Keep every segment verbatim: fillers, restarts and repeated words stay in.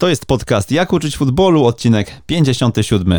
To jest podcast Jak uczyć futbolu, odcinek pięćdziesiąty siódmy.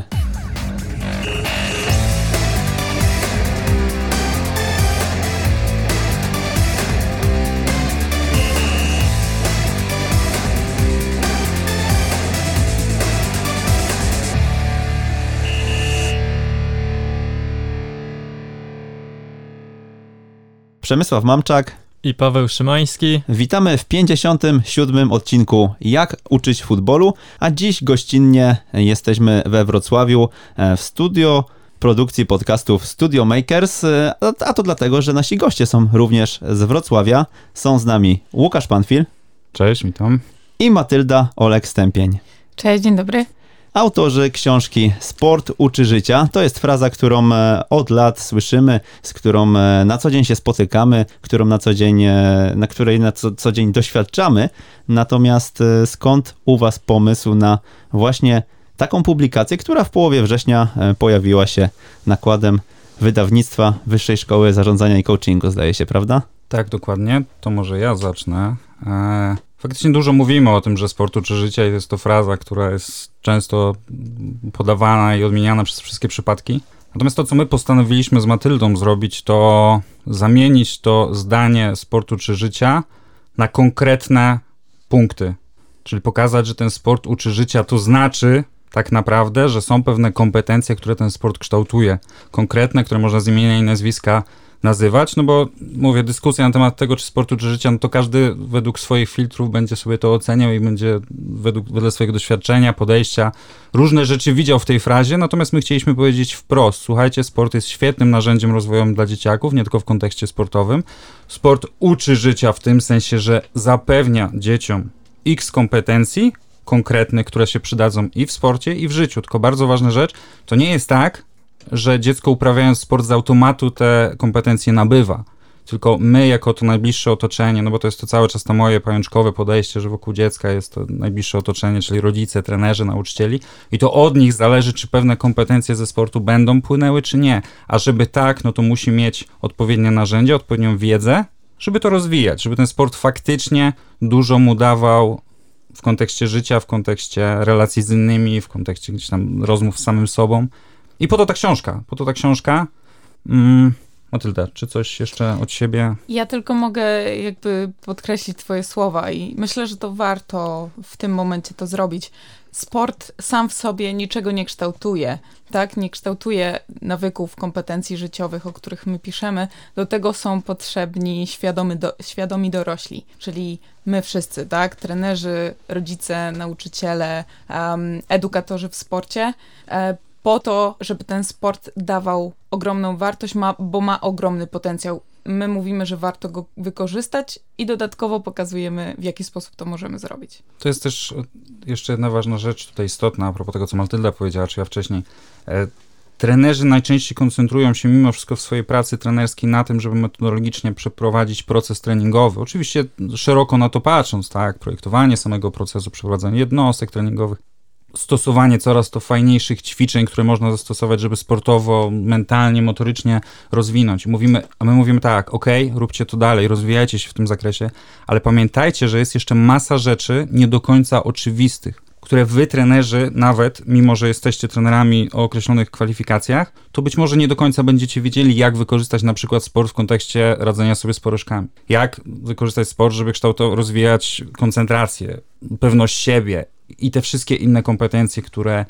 Przemysław Mamczak i Paweł Szymański. Witamy w pięćdziesiątym siódmym odcinku Jak uczyć futbolu, a dziś gościnnie jesteśmy we Wrocławiu w studio produkcji podcastów Studio Makers, a to dlatego, że nasi goście są również z Wrocławia. Są z nami Łukasz Panfil. Cześć, witam. I Matylda Olek-Stępień. Cześć, dzień dobry. Autorzy książki Sport uczy życia. To jest fraza, którą od lat słyszymy, z którą na co dzień się spotykamy, którą na co dzień, na której na co, co dzień doświadczamy. Natomiast skąd u was pomysł na właśnie taką publikację, która w połowie września pojawiła się nakładem wydawnictwa Wyższej Szkoły Zarządzania i Coachingu, zdaje się, prawda? Tak, dokładnie. To może ja zacznę. Eee... Faktycznie dużo mówimy o tym, że sport uczy życia i jest to fraza, która jest często podawana i odmieniana przez wszystkie przypadki. Natomiast to, co my postanowiliśmy z Matyldą zrobić, to zamienić to zdanie sport uczy życia na konkretne punkty. Czyli pokazać, że ten sport uczy życia, to znaczy tak naprawdę, że są pewne kompetencje, które ten sport kształtuje. Konkretne, które można z imienia i nazwiska nazywać, no bo mówię, dyskusja na temat tego, czy sport uczy życia, no to każdy według swoich filtrów będzie sobie to oceniał i będzie według, wedle swojego doświadczenia, podejścia, różne rzeczy widział w tej frazie, natomiast my chcieliśmy powiedzieć wprost, słuchajcie, sport jest świetnym narzędziem rozwojowym dla dzieciaków, nie tylko w kontekście sportowym. Sport uczy życia w tym sensie, że zapewnia dzieciom X kompetencji konkretnych, które się przydadzą i w sporcie, i w życiu. Tylko bardzo ważna rzecz, to nie jest tak, że dziecko uprawiając sport z automatu te kompetencje nabywa. Tylko my jako to najbliższe otoczenie, no bo to jest to cały czas to moje pajączkowe podejście, że wokół dziecka jest to najbliższe otoczenie, czyli rodzice, trenerzy, nauczycieli i to od nich zależy, czy pewne kompetencje ze sportu będą płynęły, czy nie. A żeby tak, no to musi mieć odpowiednie narzędzia, odpowiednią wiedzę, żeby to rozwijać, żeby ten sport faktycznie dużo mu dawał w kontekście życia, w kontekście relacji z innymi, w kontekście gdzieś tam rozmów z samym sobą. I po to ta książka, po to ta książka. Mm, Matylda, czy coś jeszcze od siebie? Ja tylko mogę jakby podkreślić twoje słowa i myślę, że to warto w tym momencie to zrobić. Sport sam w sobie niczego nie kształtuje, tak? Nie kształtuje nawyków, kompetencji życiowych, o których my piszemy. Do tego są potrzebni świadomi, do, świadomi dorośli, czyli my wszyscy, tak? Trenerzy, rodzice, nauczyciele, um, edukatorzy w sporcie, e, po to, żeby ten sport dawał ogromną wartość, ma, bo ma ogromny potencjał. My mówimy, że warto go wykorzystać i dodatkowo pokazujemy, w jaki sposób to możemy zrobić. To jest też jeszcze jedna ważna rzecz tutaj istotna, a propos tego, co Matylda powiedziała, czy ja wcześniej. E, trenerzy najczęściej koncentrują się mimo wszystko w swojej pracy trenerskiej na tym, żeby metodologicznie przeprowadzić proces treningowy. Oczywiście szeroko na to patrząc, tak, projektowanie samego procesu, przeprowadzanie jednostek treningowych, stosowanie coraz to fajniejszych ćwiczeń, które można zastosować, żeby sportowo, mentalnie, motorycznie rozwinąć. Mówimy, a my mówimy tak, okej, okay, róbcie to dalej, rozwijajcie się w tym zakresie, ale pamiętajcie, że jest jeszcze masa rzeczy nie do końca oczywistych, które wy, trenerzy, nawet mimo, że jesteście trenerami o określonych kwalifikacjach, to być może nie do końca będziecie wiedzieli, jak wykorzystać na przykład sport w kontekście radzenia sobie z porażkami. Jak wykorzystać sport, żeby kształtować, rozwijać koncentrację, pewność siebie i te wszystkie inne kompetencje, które,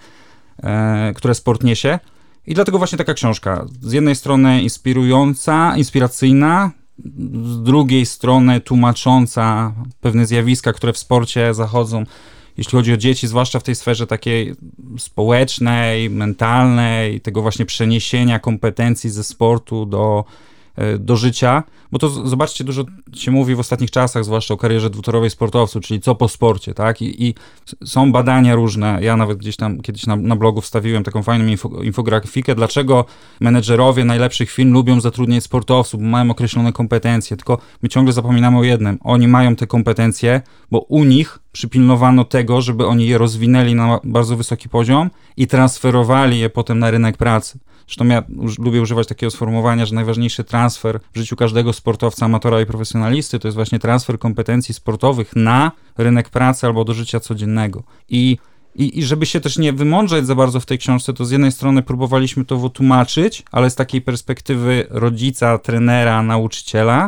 e, które sport niesie. I dlatego właśnie taka książka. Z jednej strony inspirująca, inspiracyjna, z drugiej strony tłumacząca pewne zjawiska, które w sporcie zachodzą, jeśli chodzi o dzieci, zwłaszcza w tej sferze takiej społecznej, mentalnej, tego właśnie przeniesienia kompetencji ze sportu do, do życia, bo to zobaczcie, dużo się mówi w ostatnich czasach, zwłaszcza o karierze dwutorowej sportowców, czyli co po sporcie, tak? I, i są badania różne, ja nawet gdzieś tam kiedyś na, na blogu wstawiłem taką fajną info, infografikę, dlaczego menedżerowie najlepszych firm lubią zatrudniać sportowców, bo mają określone kompetencje, tylko my ciągle zapominamy o jednym, oni mają te kompetencje, bo u nich przypilnowano tego, żeby oni je rozwinęli na bardzo wysoki poziom i transferowali je potem na rynek pracy. Zresztą ja już lubię używać takiego sformułowania, że najważniejszy transfer w życiu każdego sportowca, amatora i profesjonalisty to jest właśnie transfer kompetencji sportowych na rynek pracy albo do życia codziennego. I, i, i żeby się też nie wymądrzeć za bardzo w tej książce, to z jednej strony próbowaliśmy to wytłumaczyć, ale z takiej perspektywy rodzica, trenera, nauczyciela,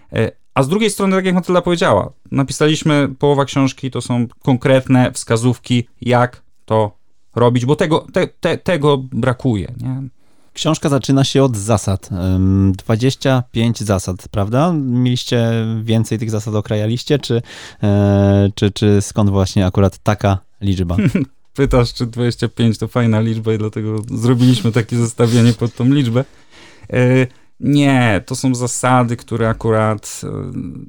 a z drugiej strony, tak jak Matylda powiedziała, napisaliśmy, połowa książki to są konkretne wskazówki, jak to robić, bo tego, te, te, tego brakuje, nie? Książka zaczyna się od zasad. dwadzieścia pięć zasad, prawda? Mieliście więcej tych zasad, okrajaliście, czy, e, czy, czy skąd właśnie akurat taka liczba? Pytasz, czy dwadzieścia pięć to fajna liczba i dlatego zrobiliśmy takie zestawienie pod tą liczbę. E, nie, to są zasady, które akurat e,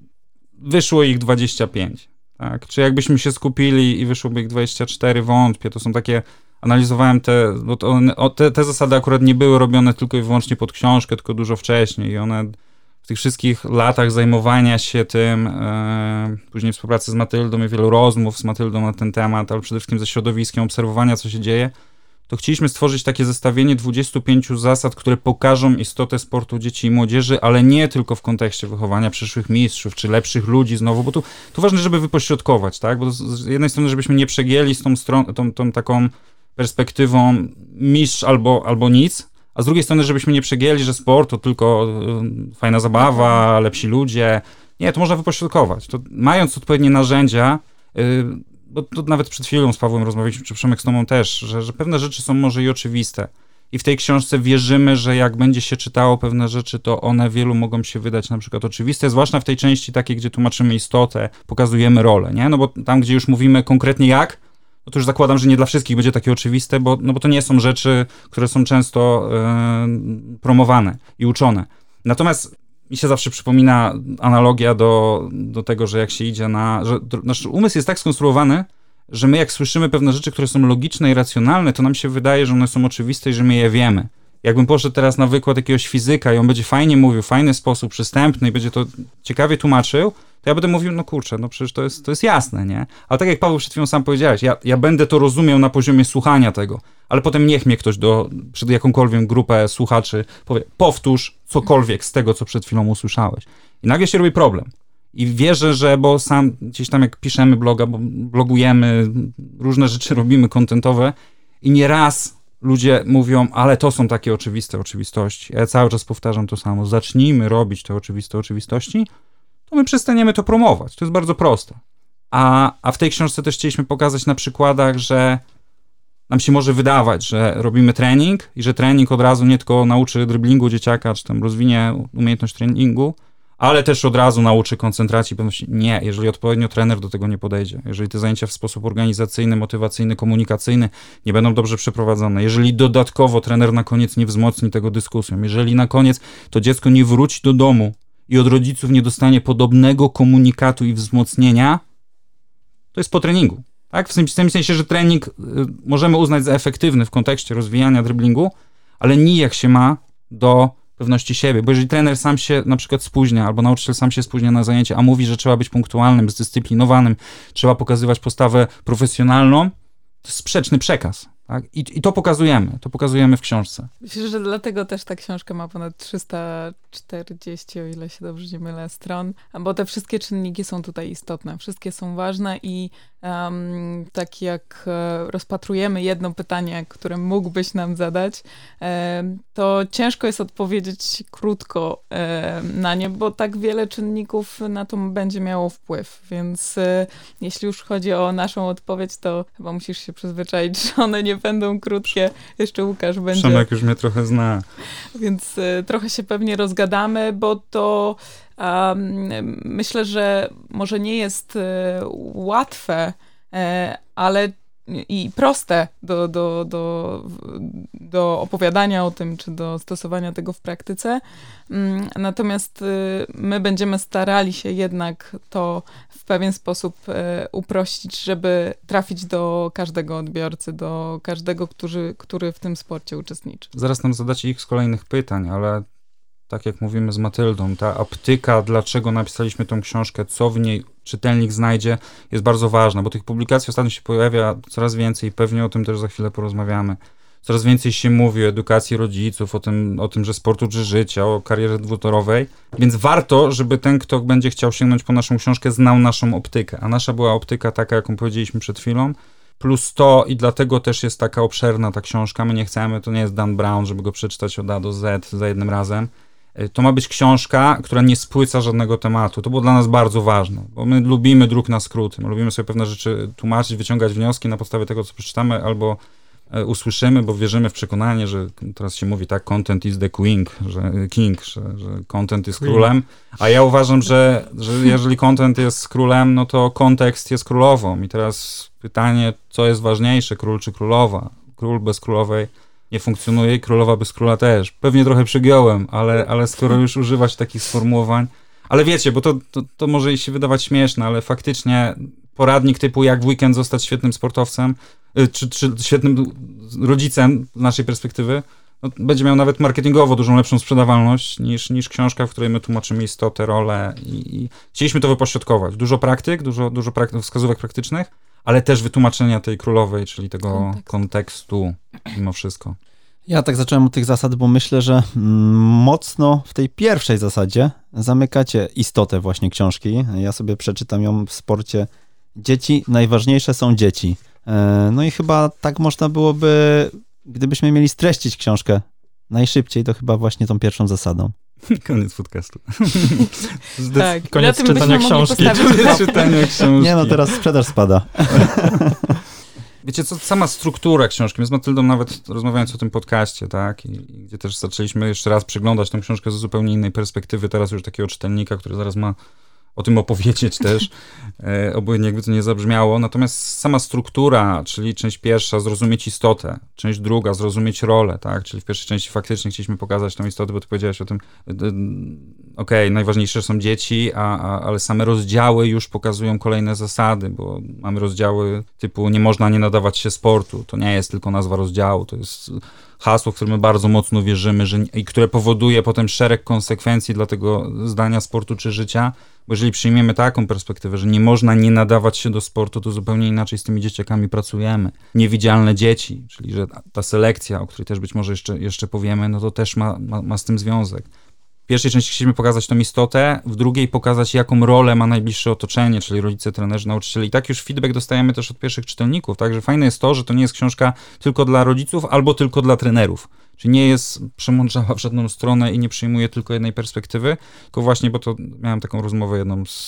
wyszło ich dwadzieścia pięć. Tak? Czy jakbyśmy się skupili i wyszłoby ich dwadzieścia cztery, wątpię. To są takie, analizowałem te, bo to one, te, te zasady akurat nie były robione tylko i wyłącznie pod książkę, tylko dużo wcześniej i one w tych wszystkich latach zajmowania się tym, e, później współpracy z Matyldą i wielu rozmów z Matyldą na ten temat, ale przede wszystkim ze środowiskiem, obserwowania, co się dzieje, to chcieliśmy stworzyć takie zestawienie dwudziestu pięciu zasad, które pokażą istotę sportu dzieci i młodzieży, ale nie tylko w kontekście wychowania przyszłych mistrzów, czy lepszych ludzi znowu, bo tu, tu ważne, żeby wypośrodkować, tak? Bo z jednej strony, żebyśmy nie przegięli z tą, stron- tą, tą taką perspektywą mistrz albo, albo nic, a z drugiej strony, żebyśmy nie przegięli, że sport to tylko y, fajna zabawa, lepsi ludzie. Nie, to można wypośrodkować. To, mając odpowiednie narzędzia, y, bo to nawet przed chwilą z Pawłem rozmawialiśmy, czy Przemek z Tomą też, że, że pewne rzeczy są może i oczywiste. I w tej książce wierzymy, że jak będzie się czytało pewne rzeczy, to one wielu mogą się wydać na przykład oczywiste, zwłaszcza w tej części takiej, gdzie tłumaczymy istotę, pokazujemy rolę, nie? No bo tam, gdzie już mówimy konkretnie jak, no to już zakładam, że nie dla wszystkich będzie takie oczywiste, bo, no bo to nie są rzeczy, które są często yy, promowane i uczone. Natomiast mi się zawsze przypomina analogia do, do tego, że jak się idzie na... że nasz umysł jest tak skonstruowany, że my jak słyszymy pewne rzeczy, które są logiczne i racjonalne, to nam się wydaje, że one są oczywiste i że my je wiemy. Jakbym poszedł teraz na wykład jakiegoś fizyka i on będzie fajnie mówił, w fajny sposób, przystępny i będzie to ciekawie tłumaczył, to ja będę mówił, no kurczę, no przecież to jest, to jest jasne, nie? Ale tak jak Paweł przed chwilą sam powiedziałeś, ja, ja będę to rozumiał na poziomie słuchania tego, ale potem niech mnie ktoś do, przed jakąkolwiek grupę słuchaczy powie, powtórz cokolwiek z tego, co przed chwilą usłyszałeś. I nagle się robi problem. I wierzę, że, bo sam gdzieś tam jak piszemy bloga, bo blogujemy, różne rzeczy robimy kontentowe i nieraz ludzie mówią, ale to są takie oczywiste oczywistości. Ja cały czas powtarzam to samo. Zacznijmy robić te oczywiste oczywistości, to my przestaniemy to promować. To jest bardzo proste. A, a w tej książce też chcieliśmy pokazać na przykładach, że nam się może wydawać, że robimy trening i że trening od razu nie tylko nauczy driblingu dzieciaka, czy tam rozwinie umiejętność treningu, ale też od razu nauczy koncentracji, pewności. Nie, jeżeli odpowiednio trener do tego nie podejdzie, jeżeli te zajęcia w sposób organizacyjny, motywacyjny, komunikacyjny nie będą dobrze przeprowadzone, jeżeli dodatkowo trener na koniec nie wzmocni tego dyskusją, jeżeli na koniec to dziecko nie wróci do domu i od rodziców nie dostanie podobnego komunikatu i wzmocnienia, to jest po treningu. Tak? W tym sensie, że trening y, możemy uznać za efektywny w kontekście rozwijania driblingu, ale nijak się ma do pewności siebie, bo jeżeli trener sam się na przykład spóźnia, albo nauczyciel sam się spóźnia na zajęcie, a mówi, że trzeba być punktualnym, zdyscyplinowanym, trzeba pokazywać postawę profesjonalną, to jest sprzeczny przekaz. Tak? I, I to pokazujemy, to pokazujemy w książce. Myślę, że dlatego też ta książka ma ponad trzysta czterdzieści, o ile się dobrze nie mylę, stron, bo te wszystkie czynniki są tutaj istotne, wszystkie są ważne i um, tak jak rozpatrujemy jedno pytanie, które mógłbyś nam zadać, um, to ciężko jest odpowiedzieć krótko um, na nie, bo tak wiele czynników na to będzie miało wpływ, więc um, jeśli już chodzi o naszą odpowiedź, to chyba musisz się przyzwyczaić, że one nie będą krótkie. Jeszcze Łukasz będzie... Przemek już mnie trochę zna. Więc y, trochę się pewnie rozgadamy, bo to um, myślę, że może nie jest y, łatwe, y, ale i proste do, do, do, do opowiadania o tym, czy do stosowania tego w praktyce. Natomiast my będziemy starali się jednak to w pewien sposób uprościć, żeby trafić do każdego odbiorcy, do każdego, który, który w tym sporcie uczestniczy. Zaraz nam zadacie ich z kolejnych pytań, ale tak jak mówimy z Matyldą, ta optyka, dlaczego napisaliśmy tą książkę, co w niej czytelnik znajdzie, jest bardzo ważna, bo tych publikacji ostatnio się pojawia coraz więcej i pewnie o tym też za chwilę porozmawiamy. Coraz więcej się mówi o edukacji rodziców, o tym, o tym, że sport uczy życia, o karierze dwutorowej, więc warto, żeby ten, kto będzie chciał sięgnąć po naszą książkę, znał naszą optykę, a nasza była optyka taka, jaką powiedzieliśmy przed chwilą, plus to i dlatego też jest taka obszerna ta książka, my nie chcemy, to nie jest Dan Brown, żeby go przeczytać od A do Z za jednym razem. To ma być książka, która nie spłyca żadnego tematu. To było dla nas bardzo ważne, bo my lubimy druk na skróty, my lubimy sobie pewne rzeczy tłumaczyć, wyciągać wnioski na podstawie tego, co przeczytamy, albo usłyszymy, bo wierzymy w przekonanie, że teraz się mówi tak, content is the king, że, king, że, że content jest Queen. Królem, a ja uważam, że, że jeżeli content jest królem, no to kontekst jest królową. I teraz pytanie, co jest ważniejsze, król czy królowa? Król bez królowej nie funkcjonuje i królowa bez króla też. Pewnie trochę przygiąłem, ale, ale skoro już używać takich sformułowań, ale wiecie, bo to, to, to może się wydawać śmieszne, ale faktycznie poradnik typu jak w weekend zostać świetnym sportowcem, czy, czy świetnym rodzicem z naszej perspektywy, no, będzie miał nawet marketingowo dużą lepszą sprzedawalność niż, niż książka, w której my tłumaczymy istotę, rolę i, i chcieliśmy to wypośrodkować. Dużo praktyk, dużo, dużo prak- wskazówek praktycznych, ale też wytłumaczenia tej królowej, czyli tego Kontekst. kontekstu mimo wszystko. Ja tak zacząłem od tych zasad, bo myślę, że mm, mocno w tej pierwszej zasadzie zamykacie istotę właśnie książki. Ja sobie przeczytam ją w sporcie. Dzieci, najważniejsze są dzieci. E, no i chyba tak można byłoby, gdybyśmy mieli streścić książkę najszybciej, to chyba właśnie tą pierwszą zasadą. Koniec podcastu. Tak, koniec czytania książki. czytania książki. Nie no, teraz sprzedaż spada. Wiecie co, sama struktura książki, my z Matyldą nawet rozmawiając o tym podcaście, tak, i, i gdzie też zaczęliśmy jeszcze raz przeglądać tę książkę z zupełnie innej perspektywy, teraz już takiego czytelnika, który zaraz ma o tym opowiedzieć też, e, obojętnie jakby to nie zabrzmiało, natomiast sama struktura, czyli część pierwsza, zrozumieć istotę, część druga, zrozumieć rolę, tak, czyli w pierwszej części faktycznie chcieliśmy pokazać tą istotę, bo ty powiedziałeś o tym, e, e, okej, okay, najważniejsze są dzieci, a, a, ale same rozdziały już pokazują kolejne zasady, bo mamy rozdziały typu nie można nie nadawać się sportu, to nie jest tylko nazwa rozdziału, to jest hasło, w które my bardzo mocno wierzymy, że, i które powoduje potem szereg konsekwencji dla tego zdania sportu czy życia, bo jeżeli przyjmiemy taką perspektywę, że nie można nie nadawać się do sportu, to zupełnie inaczej z tymi dzieciakami pracujemy. Niewidzialne dzieci, czyli że ta selekcja, o której też być może jeszcze, jeszcze powiemy, no to też ma, ma, ma z tym związek. W pierwszej części chcieliśmy pokazać tą istotę, w drugiej pokazać, jaką rolę ma najbliższe otoczenie, czyli rodzice, trenerzy, nauczyciele. I tak już feedback dostajemy też od pierwszych czytelników, także fajne jest to, że to nie jest książka tylko dla rodziców albo tylko dla trenerów. Czyli nie jest przemądrzała w żadną stronę i nie przyjmuje tylko jednej perspektywy, tylko właśnie, bo to miałem taką rozmowę jedną z,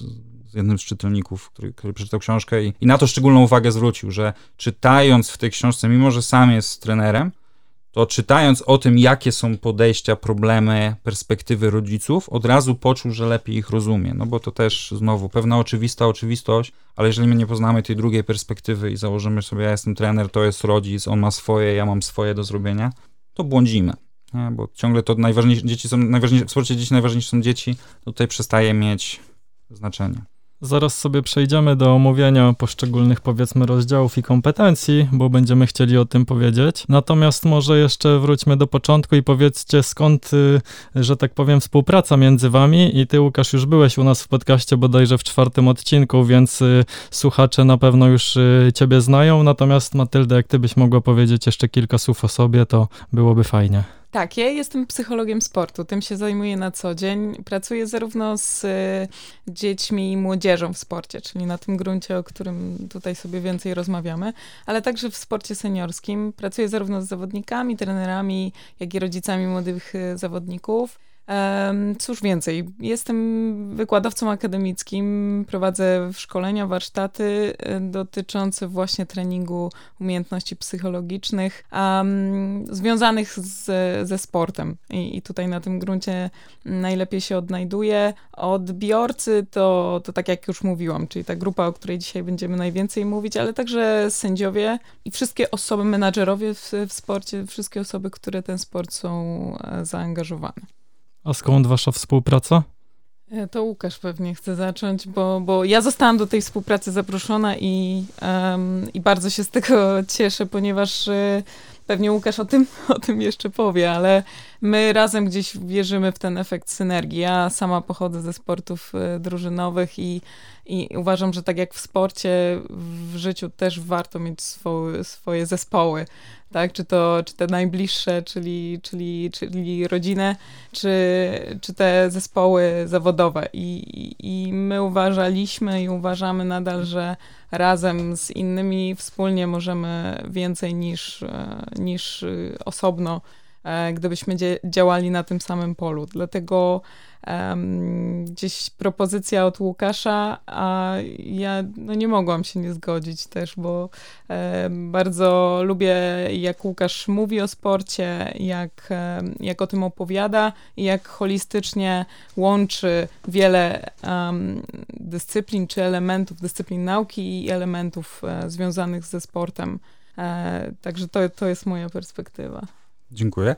z jednym z czytelników, który, który przeczytał książkę i, i na to szczególną uwagę zwrócił, że czytając w tej książce, mimo że sam jest trenerem, to czytając o tym, jakie są podejścia, problemy, perspektywy rodziców, od razu poczuł, że lepiej ich rozumie. No bo to też znowu pewna oczywista oczywistość, ale jeżeli my nie poznamy tej drugiej perspektywy i założymy sobie, ja jestem trener, to jest rodzic, on ma swoje, ja mam swoje do zrobienia, to błądzimy. Nie? Bo ciągle to najważniejsze, dzieci są najważniejsze, w sporcie dzieci najważniejsze są dzieci, to tutaj przestaje mieć znaczenie. Zaraz sobie przejdziemy do omówienia poszczególnych, powiedzmy, rozdziałów i kompetencji, bo będziemy chcieli o tym powiedzieć. Natomiast może jeszcze wróćmy do początku i powiedzcie, skąd, że tak powiem, współpraca między wami. I ty, Łukasz, już byłeś u nas w podcaście bodajże w czwartym odcinku, więc słuchacze na pewno już ciebie znają. Natomiast Matylda, jak ty byś mogła powiedzieć jeszcze kilka słów o sobie, to byłoby fajnie. Tak, ja jestem psychologiem sportu, tym się zajmuję na co dzień. Pracuję zarówno z y, dziećmi i młodzieżą w sporcie, czyli na tym gruncie, o którym tutaj sobie więcej rozmawiamy, ale także w sporcie seniorskim. Pracuję zarówno z zawodnikami, trenerami, jak i rodzicami młodych y, zawodników. Cóż więcej, jestem wykładowcą akademickim, prowadzę szkolenia, warsztaty dotyczące właśnie treningu umiejętności psychologicznych um, związanych z, ze sportem. I, I tutaj na tym gruncie najlepiej się odnajduję. Odbiorcy to, to tak jak już mówiłam, czyli ta grupa, o której dzisiaj będziemy najwięcej mówić, ale także sędziowie i wszystkie osoby, menadżerowie w, w sporcie, wszystkie osoby, które ten sport są zaangażowane. A skąd wasza współpraca? To Łukasz pewnie chce zacząć, bo, bo ja zostałam do tej współpracy zaproszona i, um, i bardzo się z tego cieszę, ponieważ y, pewnie Łukasz o tym, o tym jeszcze powie, ale my razem gdzieś wierzymy w ten efekt synergii. Ja sama pochodzę ze sportów drużynowych i, i uważam, że tak jak w sporcie, w życiu też warto mieć swoje, swoje zespoły. Tak, czy to czy te najbliższe, czyli, czyli, czyli rodzinę, czy, czy te zespoły zawodowe. I, i, I my uważaliśmy i uważamy nadal, że razem z innymi wspólnie możemy więcej niż, niż osobno, gdybyśmy działali na tym samym polu. Dlatego um, gdzieś propozycja od Łukasza, a ja no, nie mogłam się nie zgodzić też, bo um, bardzo lubię, jak Łukasz mówi o sporcie, jak, um, jak o tym opowiada i jak holistycznie łączy wiele um, dyscyplin czy elementów, dyscyplin nauki i elementów e, związanych ze sportem. E, także to, to jest moja perspektywa. Dziękuję.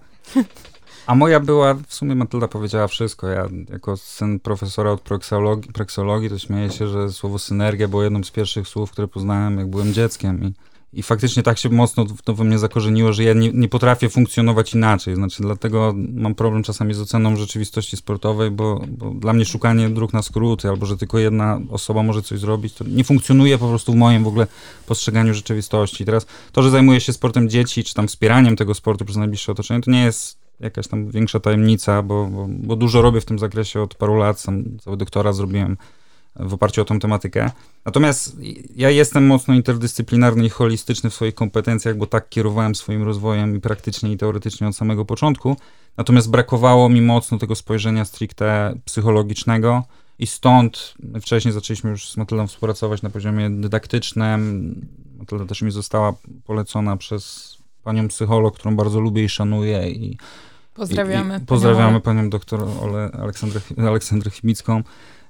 A moja była, w sumie Matylda powiedziała wszystko. Ja jako syn profesora od proksologii, proksologii to śmieję się, że słowo synergia było jednym z pierwszych słów, które poznałem, jak byłem dzieckiem. I, i faktycznie tak się mocno to we mnie zakorzeniło, że ja nie, nie potrafię funkcjonować inaczej. Znaczy, dlatego mam problem czasami z oceną rzeczywistości sportowej, bo, bo dla mnie szukanie dróg na skróty, albo że tylko jedna osoba może coś zrobić, to nie funkcjonuje po prostu w moim w ogóle postrzeganiu rzeczywistości. I teraz to, że zajmuję się sportem dzieci, czy tam wspieraniem tego sportu przez najbliższe otoczenie, to nie jest jakaś tam większa tajemnica, bo, bo, bo dużo robię w tym zakresie od paru lat. Sam cały doktorat zrobiłem w oparciu o tą tematykę. Natomiast ja jestem mocno interdyscyplinarny i holistyczny w swoich kompetencjach, bo tak kierowałem swoim rozwojem i praktycznie, i teoretycznie od samego początku. Natomiast brakowało mi mocno tego spojrzenia stricte psychologicznego i stąd wcześniej zaczęliśmy już z Matyldą współpracować na poziomie dydaktycznym. Matylda też mi została polecona przez panią psycholog, którą bardzo lubię i szanuję. I, pozdrawiamy. I, i pozdrawiamy panią doktor Ole, Aleksandrę, Aleksandrę Chimicką,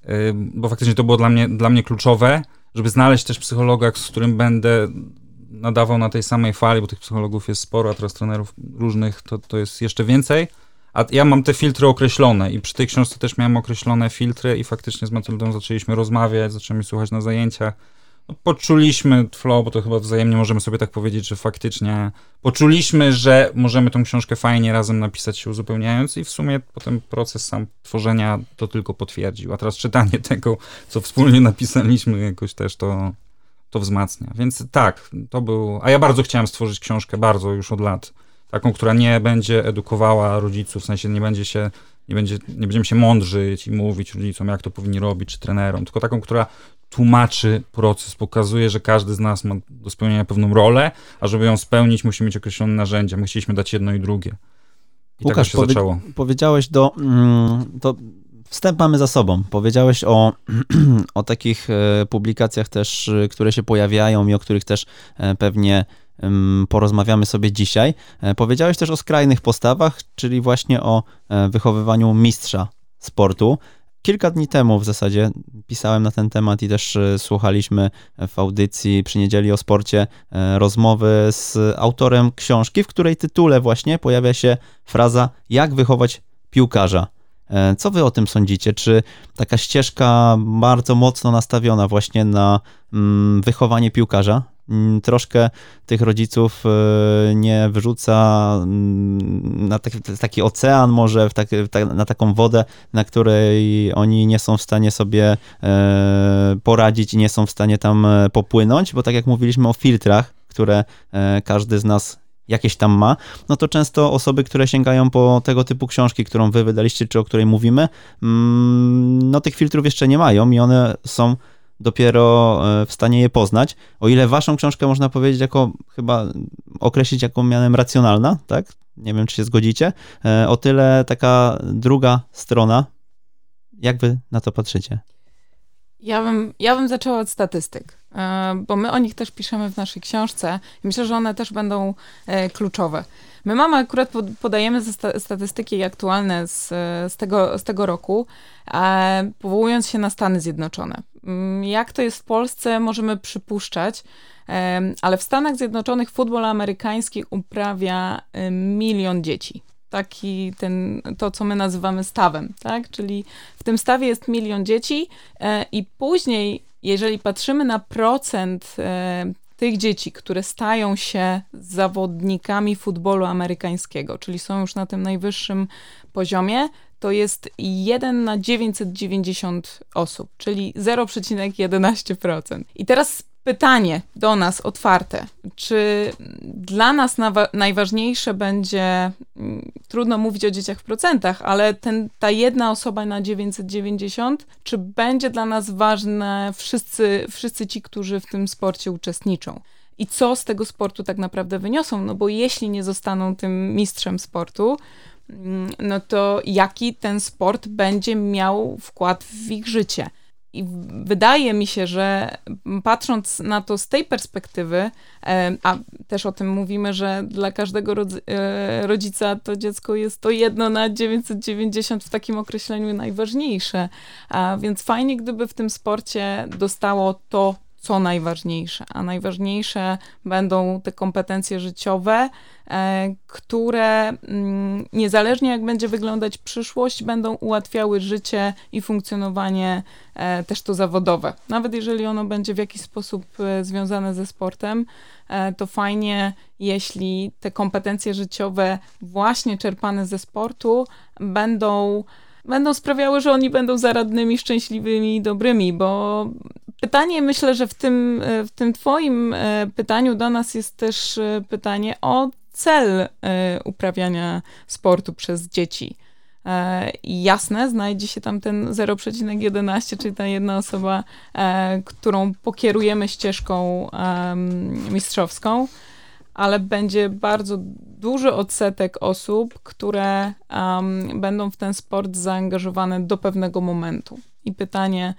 bo faktycznie to było dla mnie, dla mnie kluczowe, żeby znaleźć też psychologa, z którym będę nadawał na tej samej fali, bo tych psychologów jest sporo, a teraz trenerów różnych to, to jest jeszcze więcej. A ja mam te filtry określone i przy tej książce też miałem określone filtry i faktycznie z Matyldą zaczęliśmy rozmawiać, zaczęliśmy słuchać na zajęciach. No, poczuliśmy flow, bo to chyba wzajemnie możemy sobie tak powiedzieć, że faktycznie poczuliśmy, że możemy tą książkę fajnie razem napisać, się uzupełniając i w sumie potem proces sam tworzenia to tylko potwierdził. A teraz czytanie tego, co wspólnie napisaliśmy, jakoś też to, to wzmacnia. Więc tak, to był... A ja bardzo chciałem stworzyć książkę, bardzo już od lat. Taką, która nie będzie edukowała rodziców, w sensie nie będzie się, nie, będzie, nie będziemy się mądrzyć i mówić rodzicom, jak to powinni robić, czy trenerom, tylko taką, która tłumaczy proces, pokazuje, że każdy z nas ma do spełnienia pewną rolę, a żeby ją spełnić, musi mieć określone narzędzia. My chcieliśmy dać jedno i drugie. I Łukasz, tak się powie- zaczęło. powiedziałeś do... Mm, to wstęp mamy za sobą. Powiedziałeś o, o takich e, publikacjach też, e, które się pojawiają i o których też e, pewnie e, porozmawiamy sobie dzisiaj. E, powiedziałeś też o skrajnych postawach, czyli właśnie o e, wychowywaniu mistrza sportu. Kilka dni temu w zasadzie pisałem na ten temat i też e, słuchaliśmy w audycji przy Niedzieli o Sporcie e, rozmowy z autorem książki, w której tytule właśnie pojawia się fraza "Jak wychować piłkarza". E, Co wy o tym sądzicie? Czy taka ścieżka bardzo mocno nastawiona właśnie na mm, wychowanie piłkarza mm, troszkę tych rodziców e, nie wyrzuca mm, na taki, taki ocean może, w tak, w ta, na taką wodę, na której oni nie są w stanie sobie e, poradzić i nie są w stanie tam e, popłynąć, bo tak jak mówiliśmy o filtrach, które e, każdy z nas jakieś tam ma, no to często osoby, które sięgają po tego typu książki, którą wy wydaliście, czy o której mówimy, mm, no tych filtrów jeszcze nie mają i one są dopiero w stanie je poznać. O ile waszą książkę można powiedzieć jako, chyba określić jako mianem racjonalna, tak? Nie wiem, czy się zgodzicie. O tyle taka druga strona, jak wy na to patrzycie? Ja bym, ja bym zaczęła od statystyk, bo my o nich też piszemy w naszej książce i myślę, że one też będą kluczowe. My mamy akurat, podajemy statystyki aktualne z, z, tego, z tego roku, powołując się na Stany Zjednoczone. Jak to jest w Polsce, możemy przypuszczać, ale w Stanach Zjednoczonych futbol amerykański uprawia milion dzieci. Taki ten, to, co my nazywamy stawem, tak? Czyli w tym stawie jest milion dzieci e, i później, jeżeli patrzymy na procent e, tych dzieci, które stają się zawodnikami futbolu amerykańskiego, czyli są już na tym najwyższym poziomie, to jest jeden na dziewięćset dziewięćdziesiąt osób, czyli zero przecinek jedenaście procent. I teraz pytanie do nas otwarte. Czy dla nas nawa- najważniejsze będzie, trudno mówić o dzieciach w procentach, ale ten, ta jedna osoba na dziewięćset dziewięćdziesiąt, czy będzie dla nas ważne wszyscy, wszyscy ci, którzy w tym sporcie uczestniczą? I co z tego sportu tak naprawdę wyniosą? No bo jeśli nie zostaną tym mistrzem sportu, no to jaki ten sport będzie miał wkład w ich życie? I wydaje mi się, że patrząc na to z tej perspektywy, a też o tym mówimy, że dla każdego rodzica to dziecko jest to jedno na dziewięćset dziewięćdziesiąt w takim określeniu najważniejsze. A więc fajnie, gdyby w tym sporcie dostało to, co najważniejsze. A najważniejsze będą te kompetencje życiowe, które niezależnie jak będzie wyglądać przyszłość, będą ułatwiały życie i funkcjonowanie też to zawodowe. Nawet jeżeli ono będzie w jakiś sposób związane ze sportem, to fajnie, jeśli te kompetencje życiowe właśnie czerpane ze sportu będą, będą sprawiały, że oni będą zaradnymi, szczęśliwymi i dobrymi, bo pytanie, myślę, że w tym, w tym twoim pytaniu do nas jest też pytanie o cel uprawiania sportu przez dzieci. I jasne, znajdzie się tam ten zero przecinek jedenaście, czyli ta jedna osoba, którą pokierujemy ścieżką mistrzowską, ale będzie bardzo duży odsetek osób, które będą w ten sport zaangażowane do pewnego momentu. I pytanie,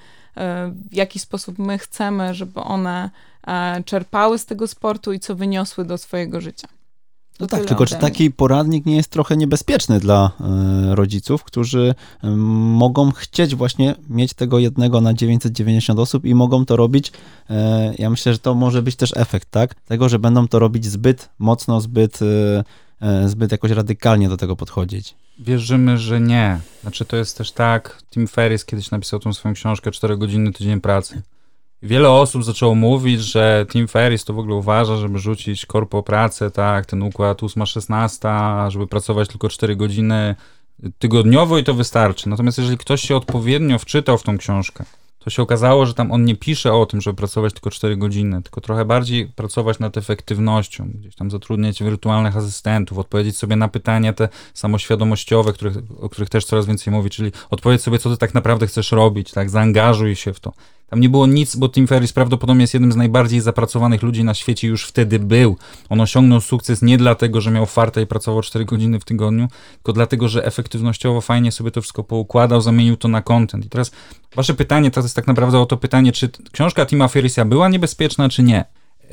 w jaki sposób my chcemy, żeby one czerpały z tego sportu i co wyniosły do swojego życia. No tak, tylko czy taki poradnik nie jest trochę niebezpieczny dla y, rodziców, którzy y, mogą chcieć właśnie mieć tego jednego na dziewięćset dziewięćdziesiąt osób i mogą to robić, y, ja myślę, że to może być też efekt, tak? Tego, że będą to robić zbyt mocno, zbyt, y, y, zbyt jakoś radykalnie do tego podchodzić. Wierzymy, że nie. Znaczy to jest też tak, Tim Ferriss kiedyś napisał tą swoją książkę cztery godziny tydzień pracy. Wiele osób zaczęło mówić, że Tim Ferriss to w ogóle uważa, żeby rzucić korpo pracę, tak, ten układ ósma szesnasta, żeby pracować tylko cztery godziny tygodniowo i to wystarczy. Natomiast jeżeli ktoś się odpowiednio wczytał w tą książkę, to się okazało, że tam on nie pisze o tym, żeby pracować tylko cztery godziny, tylko trochę bardziej pracować nad efektywnością, gdzieś tam zatrudniać wirtualnych asystentów, odpowiedzieć sobie na pytania te samoświadomościowe, których, o których też coraz więcej mówi, czyli odpowiedz sobie, co ty tak naprawdę chcesz robić, tak, zaangażuj się w to. Tam nie było nic, bo Tim Ferriss prawdopodobnie jest jednym z najbardziej zapracowanych ludzi na świecie, już wtedy był. On osiągnął sukces nie dlatego, że miał fartę i pracował cztery godziny w tygodniu, tylko dlatego, że efektywnościowo fajnie sobie to wszystko poukładał, zamienił to na content. I teraz wasze pytanie to jest tak naprawdę o to pytanie, czy książka Tima Ferrissa była niebezpieczna, czy nie?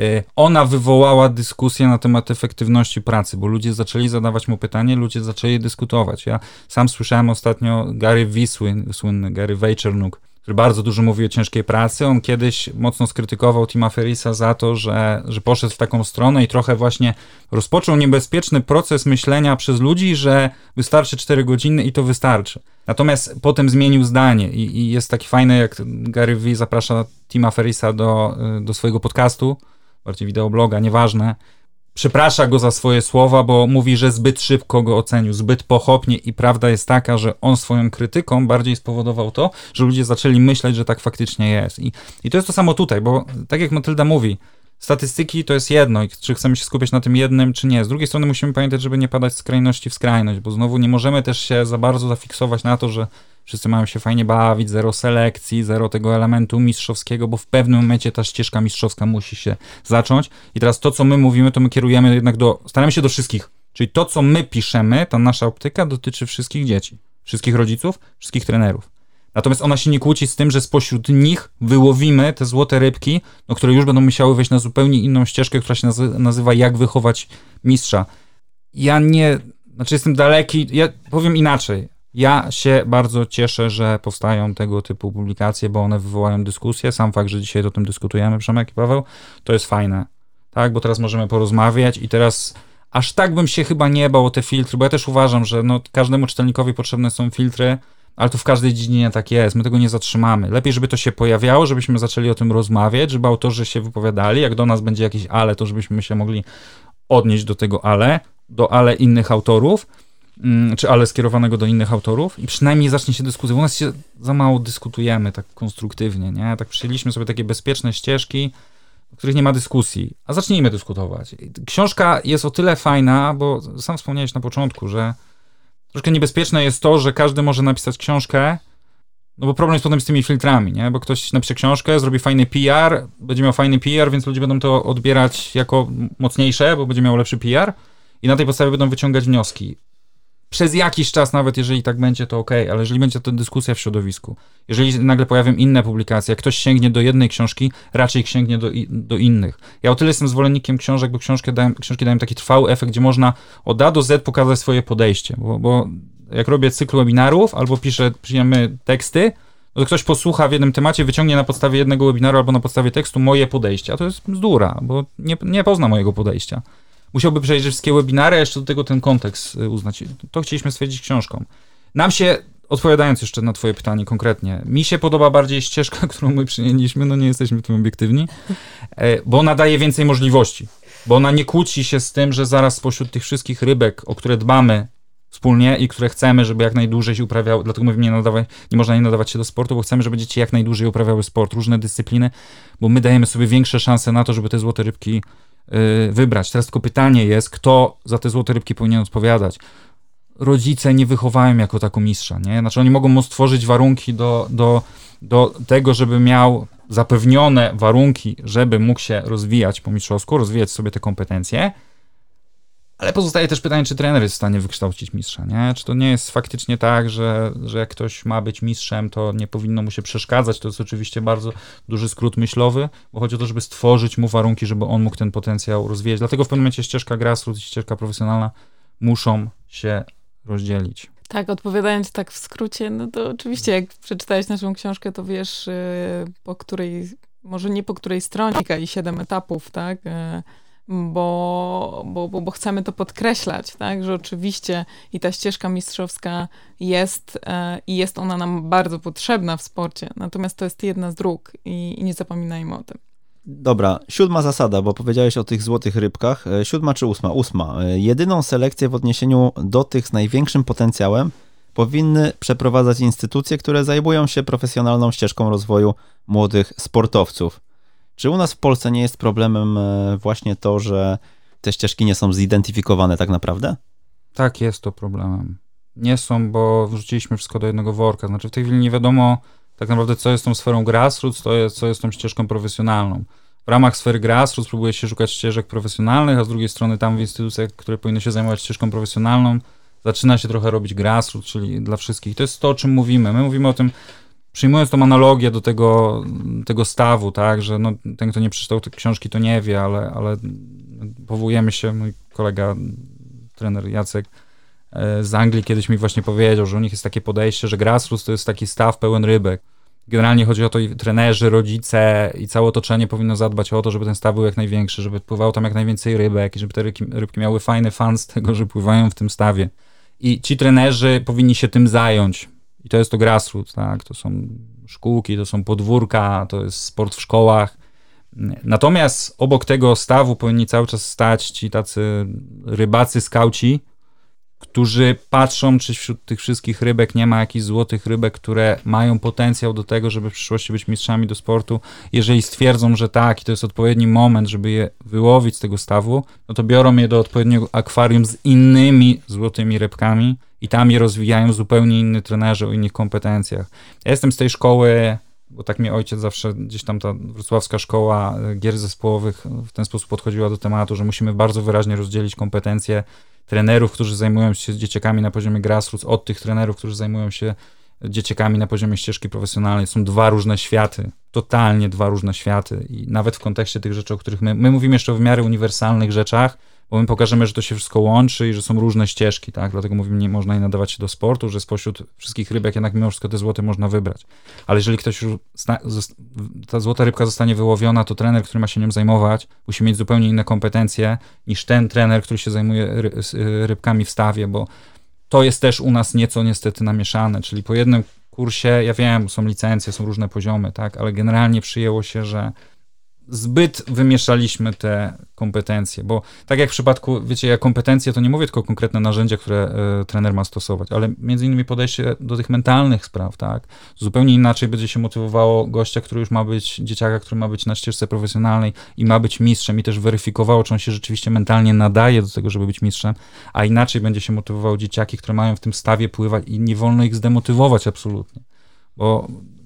Ona wywołała dyskusję na temat efektywności pracy, bo ludzie zaczęli zadawać mu pytanie, ludzie zaczęli dyskutować. Ja sam słyszałem ostatnio Gary Vee, słynny Gary Vaynerchuk, który bardzo dużo mówi o ciężkiej pracy. On kiedyś mocno skrytykował Tima Ferrissa za to, że, że poszedł w taką stronę i trochę właśnie rozpoczął niebezpieczny proces myślenia przez ludzi, że wystarczy cztery godziny i to wystarczy. Natomiast potem zmienił zdanie i, i jest taki fajny, jak Gary Vee zaprasza Tima Ferrissa do, do swojego podcastu, bardziej wideobloga, nieważne. Przeprasza go za swoje słowa, bo mówi, że zbyt szybko go ocenił, zbyt pochopnie i prawda jest taka, że on swoją krytyką bardziej spowodował to, że ludzie zaczęli myśleć, że tak faktycznie jest. I, i to jest to samo tutaj, bo tak jak Matylda mówi, statystyki to jest jedno i czy chcemy się skupiać na tym jednym, czy nie. Z drugiej strony musimy pamiętać, żeby nie padać z skrajności w skrajność, bo znowu nie możemy też się za bardzo zafiksować na to, że wszyscy mają się fajnie bawić, zero selekcji, zero tego elementu mistrzowskiego, bo w pewnym momencie ta ścieżka mistrzowska musi się zacząć. I teraz to, co my mówimy, to my kierujemy jednak do, staramy się do wszystkich. Czyli to, co my piszemy, ta nasza optyka dotyczy wszystkich dzieci, wszystkich rodziców, wszystkich trenerów. Natomiast ona się nie kłóci z tym, że spośród nich wyłowimy te złote rybki, no, które już będą musiały wejść na zupełnie inną ścieżkę, która się nazy- nazywa jak wychować mistrza. Ja nie, znaczy jestem daleki, ja powiem inaczej. Ja się bardzo cieszę, że powstają tego typu publikacje, bo one wywołają dyskusję. Sam fakt, że dzisiaj o tym dyskutujemy, Przemek i Paweł, to jest fajne, tak, bo teraz możemy porozmawiać i teraz aż tak bym się chyba nie bał o te filtry, bo ja też uważam, że no, każdemu czytelnikowi potrzebne są filtry, ale to w każdej dziedzinie tak jest, my tego nie zatrzymamy. Lepiej, żeby to się pojawiało, żebyśmy zaczęli o tym rozmawiać, żeby autorzy się wypowiadali, jak do nas będzie jakieś ale, to żebyśmy się mogli odnieść do tego ale, do ale innych autorów, czy ale skierowanego do innych autorów i przynajmniej zacznie się dyskusja. U nas się za mało dyskutujemy tak konstruktywnie, nie? Tak przyjęliśmy sobie takie bezpieczne ścieżki, w których nie ma dyskusji, a zacznijmy dyskutować. Książka jest o tyle fajna, bo sam wspomniałeś na początku, że troszkę niebezpieczne jest to, że każdy może napisać książkę, no bo problem jest potem z tymi filtrami, nie? Bo ktoś napisze książkę, zrobi fajny P R, będzie miał fajny P R, więc ludzie będą to odbierać jako mocniejsze, bo będzie miał lepszy P R i na tej podstawie będą wyciągać wnioski. Przez jakiś czas nawet, jeżeli tak będzie, to okej, okay, ale jeżeli będzie to dyskusja w środowisku, jeżeli nagle pojawią inne publikacje, jak ktoś sięgnie do jednej książki, raczej sięgnie do, do innych. Ja o tyle jestem zwolennikiem książek, bo książki dają, książki dają taki trwały efekt, gdzie można od A do Z pokazać swoje podejście, bo, bo jak robię cykl webinarów albo piszę, przyjmiemy teksty, no to ktoś posłucha w jednym temacie, wyciągnie na podstawie jednego webinaru albo na podstawie tekstu moje podejście, a to jest bzdura, bo nie, nie pozna mojego podejścia. Musiałby przejrzeć wszystkie webinary, a jeszcze do tego ten kontekst uznać. To chcieliśmy stwierdzić książką. Nam się, odpowiadając jeszcze na twoje pytanie konkretnie, mi się podoba bardziej ścieżka, którą my przyjęliśmy, no nie jesteśmy w tym obiektywni, bo ona daje więcej możliwości, bo ona nie kłóci się z tym, że zaraz spośród tych wszystkich rybek, o które dbamy wspólnie i które chcemy, żeby jak najdłużej się uprawiały, dlatego mówimy, nie, nadawać, nie można nie nadawać się do sportu, bo chcemy, żeby dzieci jak najdłużej uprawiały sport, różne dyscypliny, bo my dajemy sobie większe szanse na to, żeby te złote rybki wybrać. Teraz tylko pytanie jest, kto za te złote rybki powinien odpowiadać. Rodzice nie wychowają jako taką mistrza, nie? Znaczy oni mogą mu stworzyć warunki do, do, do tego, żeby miał zapewnione warunki, żeby mógł się rozwijać po mistrzowsku, rozwijać sobie te kompetencje, ale pozostaje też pytanie, czy trener jest w stanie wykształcić mistrza, nie? Czy to nie jest faktycznie tak, że, że jak ktoś ma być mistrzem, to nie powinno mu się przeszkadzać. To jest oczywiście bardzo duży skrót myślowy, bo chodzi o to, żeby stworzyć mu warunki, żeby on mógł ten potencjał rozwijać. Dlatego w pewnym momencie ścieżka grassroots i ścieżka profesjonalna muszą się rozdzielić. Tak, odpowiadając tak w skrócie, no to oczywiście jak przeczytałeś naszą książkę, to wiesz, yy, po której, może nie po której stronie, i siedem etapów, tak? Yy. Bo, bo, bo, bo chcemy to podkreślać, tak, że oczywiście i ta ścieżka mistrzowska jest e, i jest ona nam bardzo potrzebna w sporcie, natomiast to jest jedna z dróg i, i nie zapominajmy o tym. Dobra, siódma zasada, bo powiedziałeś o tych złotych rybkach. Siódma czy ósma? Ósma. Jedyną selekcję w odniesieniu do tych z największym potencjałem powinny przeprowadzać instytucje, które zajmują się profesjonalną ścieżką rozwoju młodych sportowców. Czy u nas w Polsce nie jest problemem właśnie to, że te ścieżki nie są zidentyfikowane tak naprawdę? Tak, jest to problemem. Nie są, bo wrzuciliśmy wszystko do jednego worka. Znaczy w tej chwili nie wiadomo tak naprawdę, co jest tą sferą grassroots, to jest, co jest tą ścieżką profesjonalną. W ramach sfery grassroots próbuje się szukać ścieżek profesjonalnych, a z drugiej strony tam w instytucjach, które powinny się zajmować ścieżką profesjonalną, zaczyna się trochę robić grassroots, czyli dla wszystkich. To jest to, o czym mówimy. My mówimy o tym, przyjmując tą analogię do tego, tego stawu, tak, że no, ten, kto nie przeczytał tej książki, to nie wie, ale, ale powołujemy się, mój kolega, trener Jacek z Anglii kiedyś mi właśnie powiedział, że u nich jest takie podejście, że grassroots to jest taki staw pełen rybek. Generalnie chodzi o to, i trenerzy, rodzice i całe otoczenie powinno zadbać o to, żeby ten staw był jak największy, żeby pływało tam jak najwięcej rybek i żeby te rybki, rybki miały fajny fan z tego, że pływają w tym stawie. I ci trenerzy powinni się tym zająć. I to jest to grassroots, tak? To są szkółki, to są podwórka, to jest sport w szkołach. Natomiast obok tego stawu powinni cały czas stać ci tacy rybacy, skauci, którzy patrzą, czy wśród tych wszystkich rybek nie ma jakichś złotych rybek, które mają potencjał do tego, żeby w przyszłości być mistrzami do sportu. Jeżeli stwierdzą, że tak i to jest odpowiedni moment, żeby je wyłowić z tego stawu, no to biorą je do odpowiedniego akwarium z innymi złotymi rybkami i tam je rozwijają zupełnie inni trenerzy o innych kompetencjach. Ja jestem z tej szkoły, bo tak mnie ojciec zawsze, gdzieś tam ta wrocławska szkoła gier zespołowych w ten sposób podchodziła do tematu, że musimy bardzo wyraźnie rozdzielić kompetencje trenerów, którzy zajmują się dzieciakami na poziomie grassroots, od tych trenerów, którzy zajmują się dzieciakami na poziomie ścieżki profesjonalnej. Są dwa różne światy, totalnie dwa różne światy i nawet w kontekście tych rzeczy, o których my, my mówimy jeszcze o w miarę uniwersalnych rzeczach, bo my pokażemy, że to się wszystko łączy i że są różne ścieżki, tak? Dlatego mówimy, nie można jej nadawać się do sportu, że spośród wszystkich rybek jednak mimo wszystko te złote można wybrać. Ale jeżeli ktoś już, ta złota rybka zostanie wyłowiona, to trener, który ma się nią zajmować, musi mieć zupełnie inne kompetencje niż ten trener, który się zajmuje rybkami w stawie, bo to jest też u nas nieco niestety namieszane, czyli po jednym kursie, ja wiem, są licencje, są różne poziomy, tak, ale generalnie przyjęło się, że zbyt wymieszaliśmy te kompetencje, bo tak jak w przypadku, wiecie, ja kompetencje to nie mówię tylko konkretne narzędzia, które y, trener ma stosować, ale między innymi podejście do tych mentalnych spraw, tak, zupełnie inaczej będzie się motywowało gościa, który już ma być, dzieciaka, który ma być na ścieżce profesjonalnej i ma być mistrzem i też weryfikowało, czy on się rzeczywiście mentalnie nadaje do tego, żeby być mistrzem, a inaczej będzie się motywowało dzieciaki, które mają w tym stawie pływać i nie wolno ich zdemotywować absolutnie, bo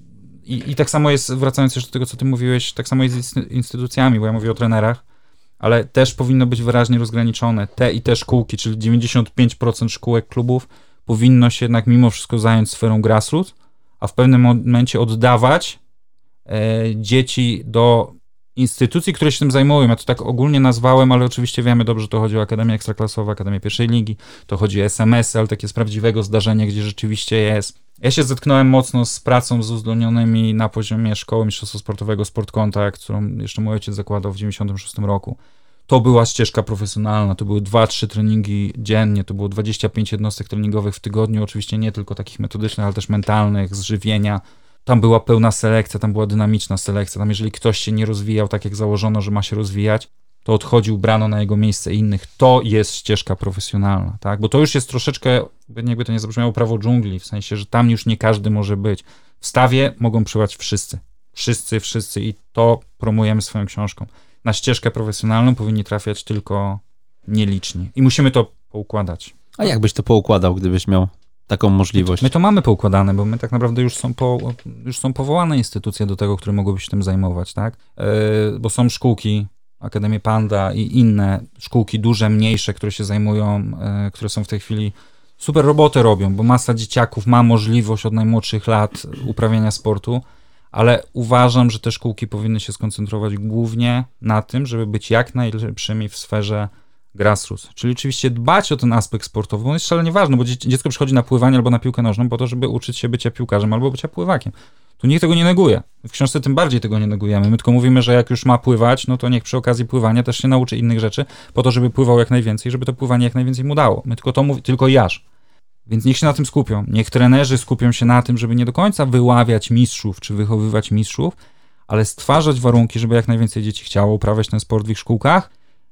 I, I tak samo jest, wracając jeszcze do tego, co ty mówiłeś, tak samo jest z instytucjami, bo ja mówię o trenerach, ale też powinno być wyraźnie rozgraniczone. Te i te szkółki, czyli dziewięćdziesiąt pięć procent szkółek, klubów, powinno się jednak mimo wszystko zająć sferą grassroots, a w pewnym momencie oddawać e, dzieci do instytucji, które się tym zajmują. Ja to tak ogólnie nazwałem, ale oczywiście wiemy dobrze, że to chodzi o Akademię Ekstraklasową, Akademię Pierwszej Ligi, to chodzi o es em esy, ale takie z prawdziwego zdarzenia, gdzie rzeczywiście jest. Ja się zetknąłem mocno z pracą z uzdolnionymi na poziomie Szkoły Mistrzostwa Sportowego Sport Kontakt, którą jeszcze mój ojciec zakładał w dziewięćdziesiątym szóstym roku. To była ścieżka profesjonalna, to były dwa trzy treningi dziennie, to było dwadzieścia pięć jednostek treningowych w tygodniu, oczywiście nie tylko takich metodycznych, ale też mentalnych, zżywienia. Tam była pełna selekcja, tam była dynamiczna selekcja, tam jeżeli ktoś się nie rozwijał tak jak założono, że ma się rozwijać, to odchodził, brano na jego miejsce innych. To jest ścieżka profesjonalna, tak? Bo to już jest troszeczkę, jakby to nie zabrzmiało, prawo dżungli, w sensie, że tam już nie każdy może być. W stawie mogą przybywać wszyscy. Wszyscy, wszyscy i to promujemy swoją książką. Na ścieżkę profesjonalną powinni trafiać tylko nieliczni. I musimy to poukładać. A jak byś to poukładał, gdybyś miał taką możliwość? My to mamy poukładane, bo my tak naprawdę już są, po, już są powołane instytucje do tego, które mogłyby się tym zajmować, tak? Yy, bo są szkółki, Akademie Panda i inne szkółki duże, mniejsze, które się zajmują, y, które są w tej chwili super robotę robią, bo masa dzieciaków ma możliwość od najmłodszych lat uprawiania sportu, ale uważam, że te szkółki powinny się skoncentrować głównie na tym, żeby być jak najlepszymi w sferze grassroots. Czyli oczywiście dbać o ten aspekt sportowy, bo on jest szalenie ważny, bo dziecko przychodzi na pływanie albo na piłkę nożną po to, żeby uczyć się bycia piłkarzem albo bycia pływakiem. Tu nikt tego nie neguje. W książce tym bardziej tego nie negujemy. My tylko mówimy, że jak już ma pływać, no to niech przy okazji pływania też się nauczy innych rzeczy, po to, żeby pływał jak najwięcej, żeby to pływanie jak najwięcej mu dało. My tylko to mówimy, tylko jaż. Więc niech się na tym skupią. Niech trenerzy skupią się na tym, żeby nie do końca wyławiać mistrzów, czy wychowywać mistrzów, ale stwarzać warunki, żeby jak najwięcej dzieci chciało uprawiać ten sport w ich szkółkach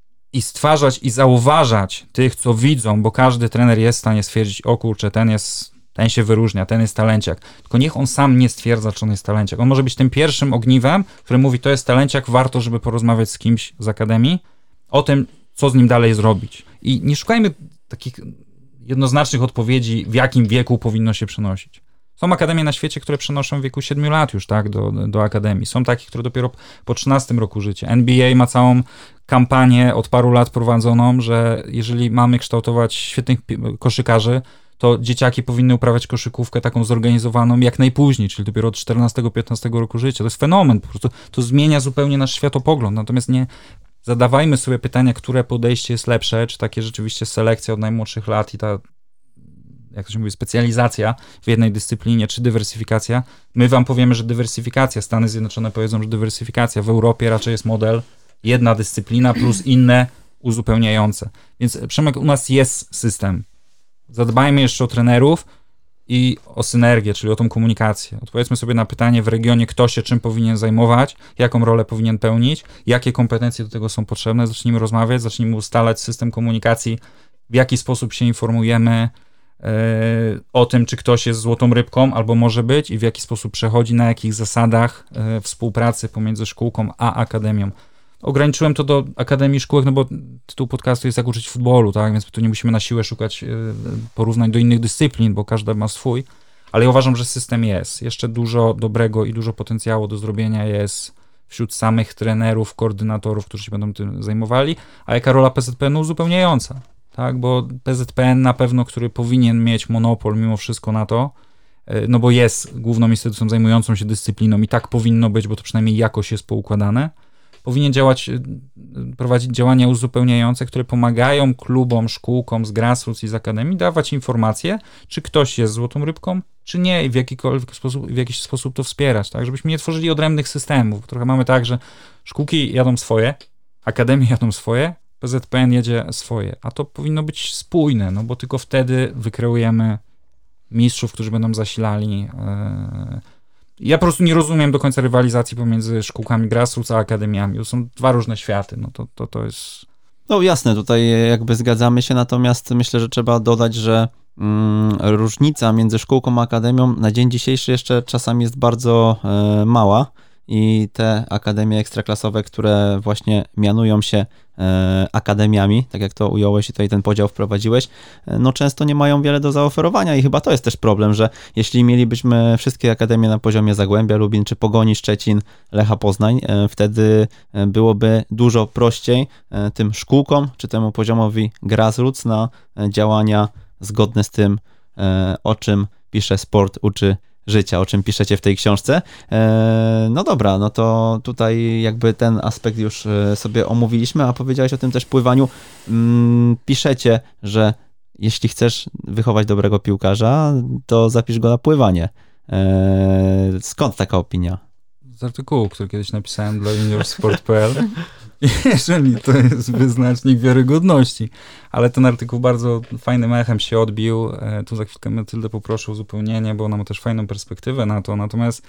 i stwarzać i zauważać tych, co widzą, bo każdy trener jest w stanie stwierdzić, o kurczę, ten jest... ten się wyróżnia, ten jest talenciak. Tylko niech on sam nie stwierdza, czy on jest talenciak. On może być tym pierwszym ogniwem, który mówi, to jest talenciak, warto, żeby porozmawiać z kimś z akademii o tym, co z nim dalej zrobić. I nie szukajmy takich jednoznacznych odpowiedzi, w jakim wieku powinno się przenosić. Są akademie na świecie, które przenoszą w wieku siedmiu lat już, tak, do, do akademii. Są takie, które dopiero po trzynastym roku życia. N B A ma całą kampanię od paru lat prowadzoną, że jeżeli mamy kształtować świetnych koszykarzy, to dzieciaki powinny uprawiać koszykówkę taką zorganizowaną jak najpóźniej, czyli dopiero od czternastego piętnastego roku życia. To jest fenomen, po prostu to zmienia zupełnie nasz światopogląd. Natomiast nie zadawajmy sobie pytania, które podejście jest lepsze, czy takie rzeczywiście selekcja od najmłodszych lat i ta, jak to się mówi, specjalizacja w jednej dyscyplinie, czy dywersyfikacja. My wam powiemy, że dywersyfikacja, Stany Zjednoczone powiedzą, że dywersyfikacja. W Europie raczej jest model jedna dyscyplina plus inne uzupełniające. Więc Przemek, u nas jest system. Zadbajmy jeszcze o trenerów i o synergię, czyli o tą komunikację. Odpowiedzmy sobie na pytanie w regionie, kto się czym powinien zajmować, jaką rolę powinien pełnić, jakie kompetencje do tego są potrzebne. Zacznijmy rozmawiać, zacznijmy ustalać system komunikacji, w jaki sposób się informujemy yy, o tym, czy ktoś jest złotą rybką albo może być i w jaki sposób przechodzi, na jakich zasadach yy, współpracy pomiędzy szkółką a akademią. Ograniczyłem to do Akademii Szkółek, no bo tytuł podcastu jest jak uczyć futbolu, tak, więc tu nie musimy na siłę szukać porównań do innych dyscyplin, bo każda ma swój, ale ja uważam, że system jest. Jeszcze dużo dobrego i dużo potencjału do zrobienia jest wśród samych trenerów, koordynatorów, którzy się będą tym zajmowali, a jaka rola P Z P N uzupełniająca, tak, bo P Z P N na pewno, który powinien mieć monopol mimo wszystko na to, no bo jest główną instytucją zajmującą się dyscypliną i tak powinno być, bo to przynajmniej jakoś jest poukładane, powinien działać, prowadzić działania uzupełniające, które pomagają klubom, szkółkom z grassroots i z akademii dawać informacje, czy ktoś jest złotą rybką, czy nie i w jakikolwiek sposób, w jakiś sposób to wspierać, tak, żebyśmy nie tworzyli odrębnych systemów. Trochę mamy tak, że szkółki jadą swoje, akademie jadą swoje, P Z P N jedzie swoje, a to powinno być spójne, no bo tylko wtedy wykreujemy mistrzów, którzy będą zasilali. Yy. Ja po prostu nie rozumiem do końca rywalizacji pomiędzy szkółkami grassroots a akademiami. To są dwa różne światy, no to, to, to jest... No jasne, tutaj jakby zgadzamy się, natomiast myślę, że trzeba dodać, że mm, różnica między szkółką a akademią na dzień dzisiejszy jeszcze czasami jest bardzo e, mała i te akademie ekstraklasowe, które właśnie mianują się e, akademiami, tak jak to ująłeś i tutaj ten podział wprowadziłeś, e, no często nie mają wiele do zaoferowania i chyba to jest też problem, że jeśli mielibyśmy wszystkie akademie na poziomie Zagłębia, Lubin czy Pogoni, Szczecin, Lecha Poznań, e, wtedy byłoby dużo prościej e, tym szkółkom czy temu poziomowi grassroots na e, działania zgodne z tym, e, o czym pisze Sport uczy życia, o czym piszecie w tej książce. No dobra, no to tutaj jakby ten aspekt już sobie omówiliśmy, a powiedziałeś o tym też pływaniu. Piszecie, że jeśli chcesz wychować dobrego piłkarza, to zapisz go na pływanie. Skąd taka opinia? Z artykułu, który kiedyś napisałem dla juniorsport kropka p l. Jeżeli to jest wyznacznik wiarygodności. Ale ten artykuł bardzo fajnym echem się odbił. Tu za chwilkę Matyldę poproszę o uzupełnienie, bo ona ma też fajną perspektywę na to. Natomiast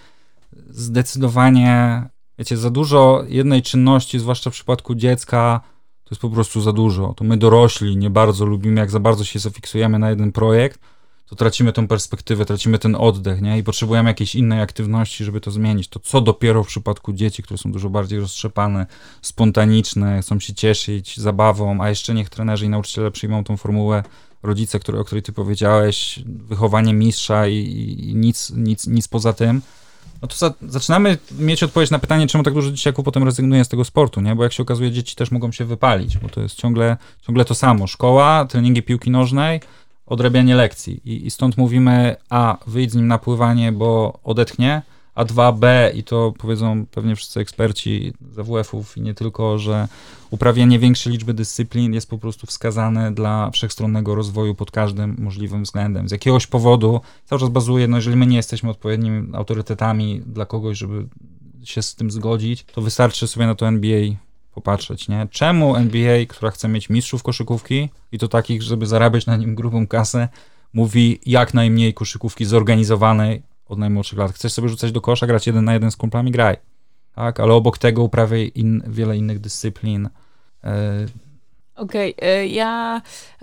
zdecydowanie, wiecie, za dużo jednej czynności, zwłaszcza w przypadku dziecka, to jest po prostu za dużo. To my dorośli nie bardzo lubimy, jak za bardzo się zafiksujemy na jeden projekt, to tracimy tą perspektywę, tracimy ten oddech, nie? I potrzebujemy jakiejś innej aktywności, żeby to zmienić. To co dopiero w przypadku dzieci, które są dużo bardziej roztrzepane, spontaniczne, chcą się cieszyć zabawą, a jeszcze niech trenerzy i nauczyciele przyjmą tą formułę rodzice, który, o której ty powiedziałeś, wychowanie mistrza i, i nic, nic, nic poza tym. No to za, zaczynamy mieć odpowiedź na pytanie, czemu tak dużo dzieciaków potem rezygnuje z tego sportu, nie? Bo jak się okazuje, dzieci też mogą się wypalić, bo to jest ciągle, ciągle to samo. Szkoła, treningi piłki nożnej, odrabianie lekcji. I, I stąd mówimy, a, wyjdź z nim na pływanie, bo odetchnie, a dwa, b, i to powiedzą pewnie wszyscy eksperci z A W F-ów i nie tylko, że uprawianie większej liczby dyscyplin jest po prostu wskazane dla wszechstronnego rozwoju pod każdym możliwym względem. Z jakiegoś powodu cały czas bazuje, no jeżeli my nie jesteśmy odpowiednimi autorytetami dla kogoś, żeby się z tym zgodzić, to wystarczy sobie na to N B A popatrzeć, nie? Czemu N B A, która chce mieć mistrzów koszykówki i to takich, żeby zarabiać na nim grubą kasę, mówi jak najmniej koszykówki zorganizowanej od najmłodszych lat. Chcesz sobie rzucać do kosza, grać jeden na jeden z kumplami, graj. Tak, ale obok tego uprawiaj in, wiele innych dyscyplin. Yy. Okej, okay, ja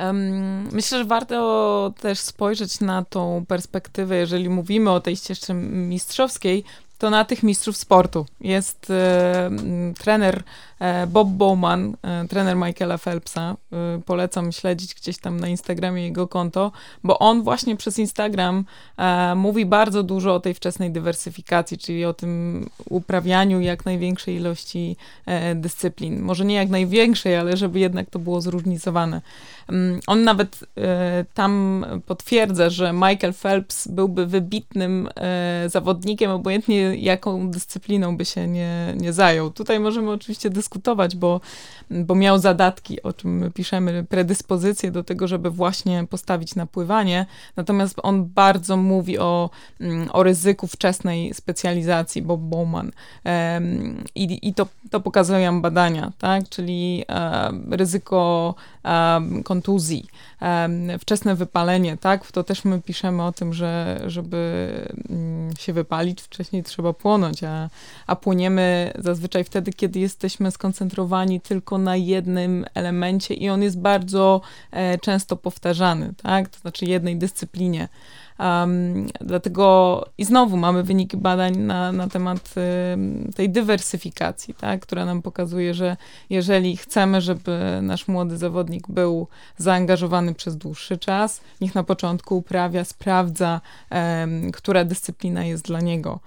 um, myślę, że warto też spojrzeć na tą perspektywę, jeżeli mówimy o tej ścieżce mistrzowskiej, to na tych mistrzów sportu. Jest e, trener e, Bob Bowman, e, trener Michaela Phelpsa. E, polecam śledzić gdzieś tam na Instagramie jego konto, bo on właśnie przez Instagram e, mówi bardzo dużo o tej wczesnej dywersyfikacji, czyli o tym uprawianiu jak największej ilości e, dyscyplin. Może nie jak największej, ale żeby jednak to było zróżnicowane. Um, on nawet e, tam potwierdza, że Michael Phelps byłby wybitnym e, zawodnikiem, obojętnie jaką dyscypliną by się nie, nie zajął. Tutaj możemy oczywiście dyskutować, bo, bo miał zadatki, o czym my piszemy, predyspozycje do tego, żeby właśnie postawić na pływanie, natomiast on bardzo mówi o, o ryzyku wczesnej specjalizacji, Bob Bowman. Um, I i to, to pokazują badania, tak? Czyli um, ryzyko um, kontuzji, um, wczesne wypalenie, tak? To też my piszemy o tym, że żeby um, się wypalić wcześniej trzeba płonąć, a, a płoniemy zazwyczaj wtedy, kiedy jesteśmy skoncentrowani tylko na jednym elemencie i on jest bardzo e, często powtarzany, tak? To znaczy jednej dyscyplinie. Um, dlatego i znowu mamy wyniki badań na, na temat y, tej dywersyfikacji, tak? Która nam pokazuje, że jeżeli chcemy, żeby nasz młody zawodnik był zaangażowany przez dłuższy czas, niech na początku uprawia, sprawdza, y, która dyscyplina jest dla niego.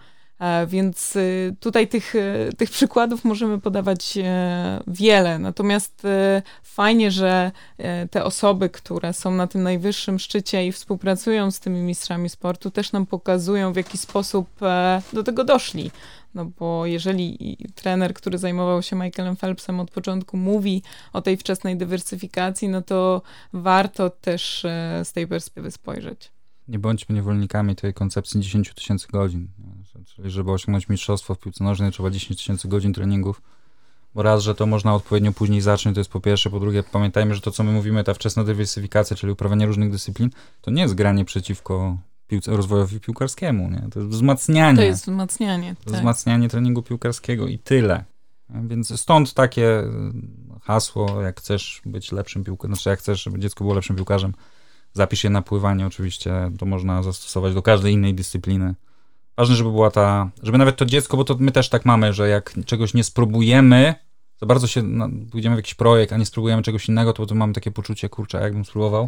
Więc tutaj tych, tych przykładów możemy podawać wiele, natomiast fajnie, że te osoby, które są na tym najwyższym szczycie i współpracują z tymi mistrzami sportu, też nam pokazują, w jaki sposób do tego doszli. No bo jeżeli trener, który zajmował się Michaelem Phelpsem od początku, mówi o tej wczesnej dywersyfikacji, no to warto też z tej perspektywy spojrzeć. Nie bądźmy niewolnikami tej koncepcji dziesięć tysięcy godzin. Czyli żeby osiągnąć mistrzostwo w piłce nożnej, trzeba dziesięć tysięcy godzin treningów. bo raz, że to można odpowiednio później zacząć, to jest po pierwsze, po drugie pamiętajmy, że to, co my mówimy, ta wczesna dywersyfikacja, czyli uprawianie różnych dyscyplin, to nie jest granie przeciwko piłce, rozwojowi piłkarskiemu, nie? To jest wzmacnianie. To jest wzmacnianie, To tak. wzmacnianie treningu piłkarskiego i tyle. Więc stąd takie hasło, jak chcesz być lepszym piłkarzem, znaczy jak chcesz, żeby dziecko było lepszym piłkarzem, zapisz je na pływanie oczywiście, to można zastosować do każdej innej dyscypliny. Ważne, żeby była ta, żeby nawet to dziecko, bo to my też tak mamy, że jak czegoś nie spróbujemy, za bardzo się, no, pójdziemy w jakiś projekt, a nie spróbujemy czegoś innego, to, to mamy takie poczucie, kurczę, a jakbym spróbował,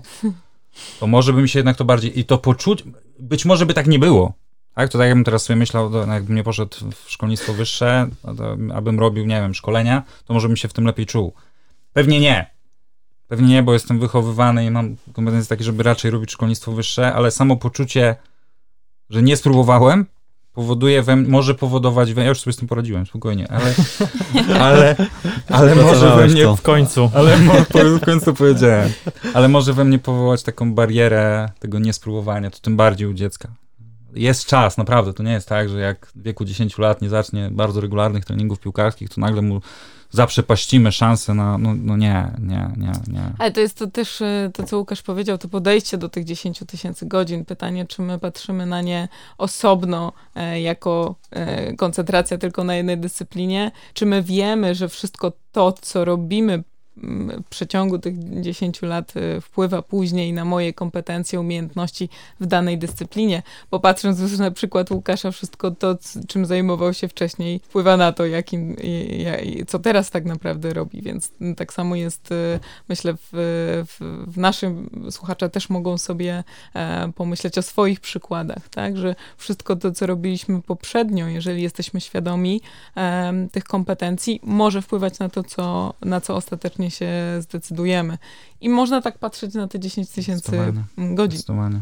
to może by mi się jednak to bardziej, i to poczuć, być może by tak nie było. Tak, to tak jakbym teraz sobie myślał, no, jakbym nie poszedł w szkolnictwo wyższe, no to, abym robił, nie wiem, szkolenia, to może bym się w tym lepiej czuł. Pewnie nie. Pewnie nie, bo jestem wychowywany i mam kompetencje takie, żeby raczej robić szkolnictwo wyższe, ale samo poczucie, że nie spróbowałem, powoduje we mnie, może powodować we, ja już sobie z tym poradziłem, spokojnie, ale ale, ale może we mnie to. w końcu, ale mo, w końcu powiedziałem, ale może we mnie powołać taką barierę tego niespróbowania, to tym bardziej u dziecka. Jest czas, naprawdę, to nie jest tak, że jak w wieku dziesięciu lat nie zacznie bardzo regularnych treningów piłkarskich, to nagle mu zaprzepaścimy szansę na, no, no nie, nie, nie, nie. Ale to jest to też, to co Łukasz powiedział, to podejście do tych dziesięciu tysięcy godzin. Pytanie, czy my patrzymy na nie osobno, e, jako e, koncentracja tylko na jednej dyscyplinie, czy my wiemy, że wszystko to, co robimy w przeciągu tych dziesięciu lat wpływa później na moje kompetencje, umiejętności w danej dyscyplinie, bo patrząc już na przykład Łukasza, wszystko to, czym zajmował się wcześniej, wpływa na to, jakim, co teraz tak naprawdę robi, więc tak samo jest, myślę, w, w, w naszym, słuchacze też mogą sobie pomyśleć o swoich przykładach, tak, że wszystko to, co robiliśmy poprzednio, jeżeli jesteśmy świadomi tych kompetencji, może wpływać na to, co, na co ostatecznie się zdecydujemy. I można tak patrzeć na te dziesięć tysięcy godzin.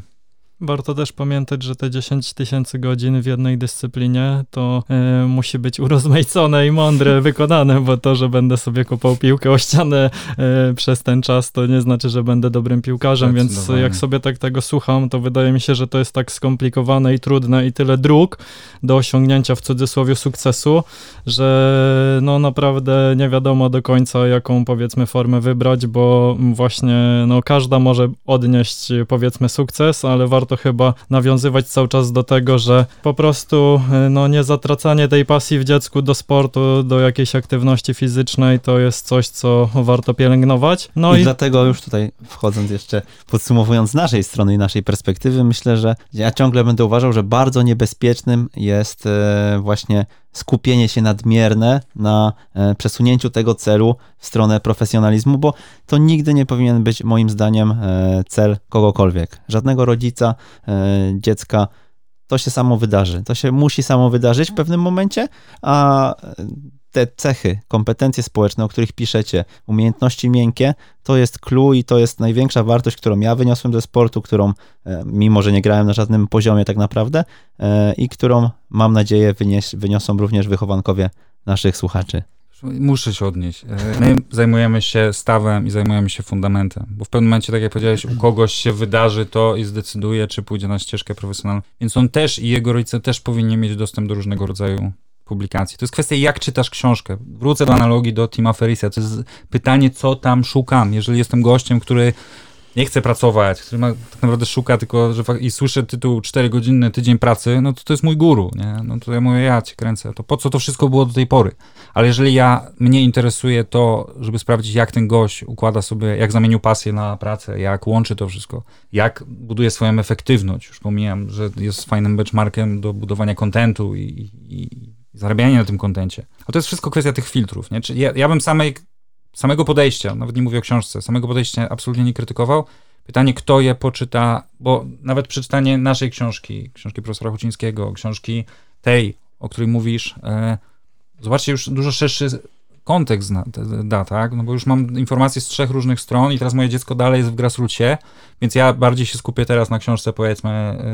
Warto też pamiętać, że te dziesięć tysięcy godzin w jednej dyscyplinie to y, musi być urozmaicone i mądre wykonane, bo to, że będę sobie kopał piłkę o ścianę y, przez ten czas, to nie znaczy, że będę dobrym piłkarzem, więc jak sobie tak tego słucham, to wydaje mi się, że to jest tak skomplikowane i trudne i tyle dróg do osiągnięcia w cudzysłowie sukcesu, że no naprawdę nie wiadomo do końca, jaką powiedzmy formę wybrać, bo właśnie no każda może odnieść powiedzmy sukces, ale warto chyba nawiązywać cały czas do tego, że po prostu no nie zatracanie tej pasji w dziecku do sportu, do jakiejś aktywności fizycznej to jest coś, co warto pielęgnować. No I, i dlatego już tutaj wchodząc jeszcze, podsumowując z naszej strony i naszej perspektywy, myślę, że ja ciągle będę uważał, że bardzo niebezpiecznym jest e, właśnie skupienie się nadmierne na e, przesunięciu tego celu w stronę profesjonalizmu, bo to nigdy nie powinien być moim zdaniem e, cel kogokolwiek. Żadnego rodzica, e, dziecka. To się samo wydarzy. To się musi samo wydarzyć w pewnym momencie, a te cechy, kompetencje społeczne, o których piszecie, umiejętności miękkie, to jest clue i to jest największa wartość, którą ja wyniosłem ze sportu, którą, mimo że nie grałem na żadnym poziomie tak naprawdę, i którą, mam nadzieję, wynieś, wyniosą również wychowankowie naszych słuchaczy. Muszę się odnieść. My zajmujemy się stawem i zajmujemy się fundamentem, bo w pewnym momencie, tak jak powiedziałeś, u kogoś się wydarzy to i zdecyduje, czy pójdzie na ścieżkę profesjonalną, więc on też i jego rodzice też powinni mieć dostęp do różnego rodzaju publikacji. To jest kwestia, jak czytasz książkę. Wrócę do analogii do Tima Ferrisa. To jest pytanie, co tam szukam. Jeżeli jestem gościem, który nie chce pracować, który ma, tak naprawdę szuka tylko, że i słyszę tytuł czterogodzinny tydzień pracy, no to to jest mój guru, nie? No to ja mówię, ja cię kręcę. To po co to wszystko było do tej pory? Ale jeżeli ja, mnie interesuje to, żeby sprawdzić, jak ten gość układa sobie, jak zamienił pasję na pracę, jak łączy to wszystko, jak buduje swoją efektywność, już pomijam, że jest fajnym benchmarkiem do budowania kontentu i, i, i zarabiania na tym kontencie. A to jest wszystko kwestia tych filtrów, nie? Czyli ja, ja bym samej samego podejścia, nawet nie mówię o książce, samego podejścia absolutnie nie krytykował. Pytanie, kto je poczyta, bo nawet przeczytanie naszej książki, książki profesora Hucińskiego, książki tej, o której mówisz, e, zobaczcie, już dużo szerszy kontekst na, da, tak? No bo już mam informacje z trzech różnych stron i teraz moje dziecko dalej jest w grassroocie, więc ja bardziej się skupię teraz na książce, powiedzmy,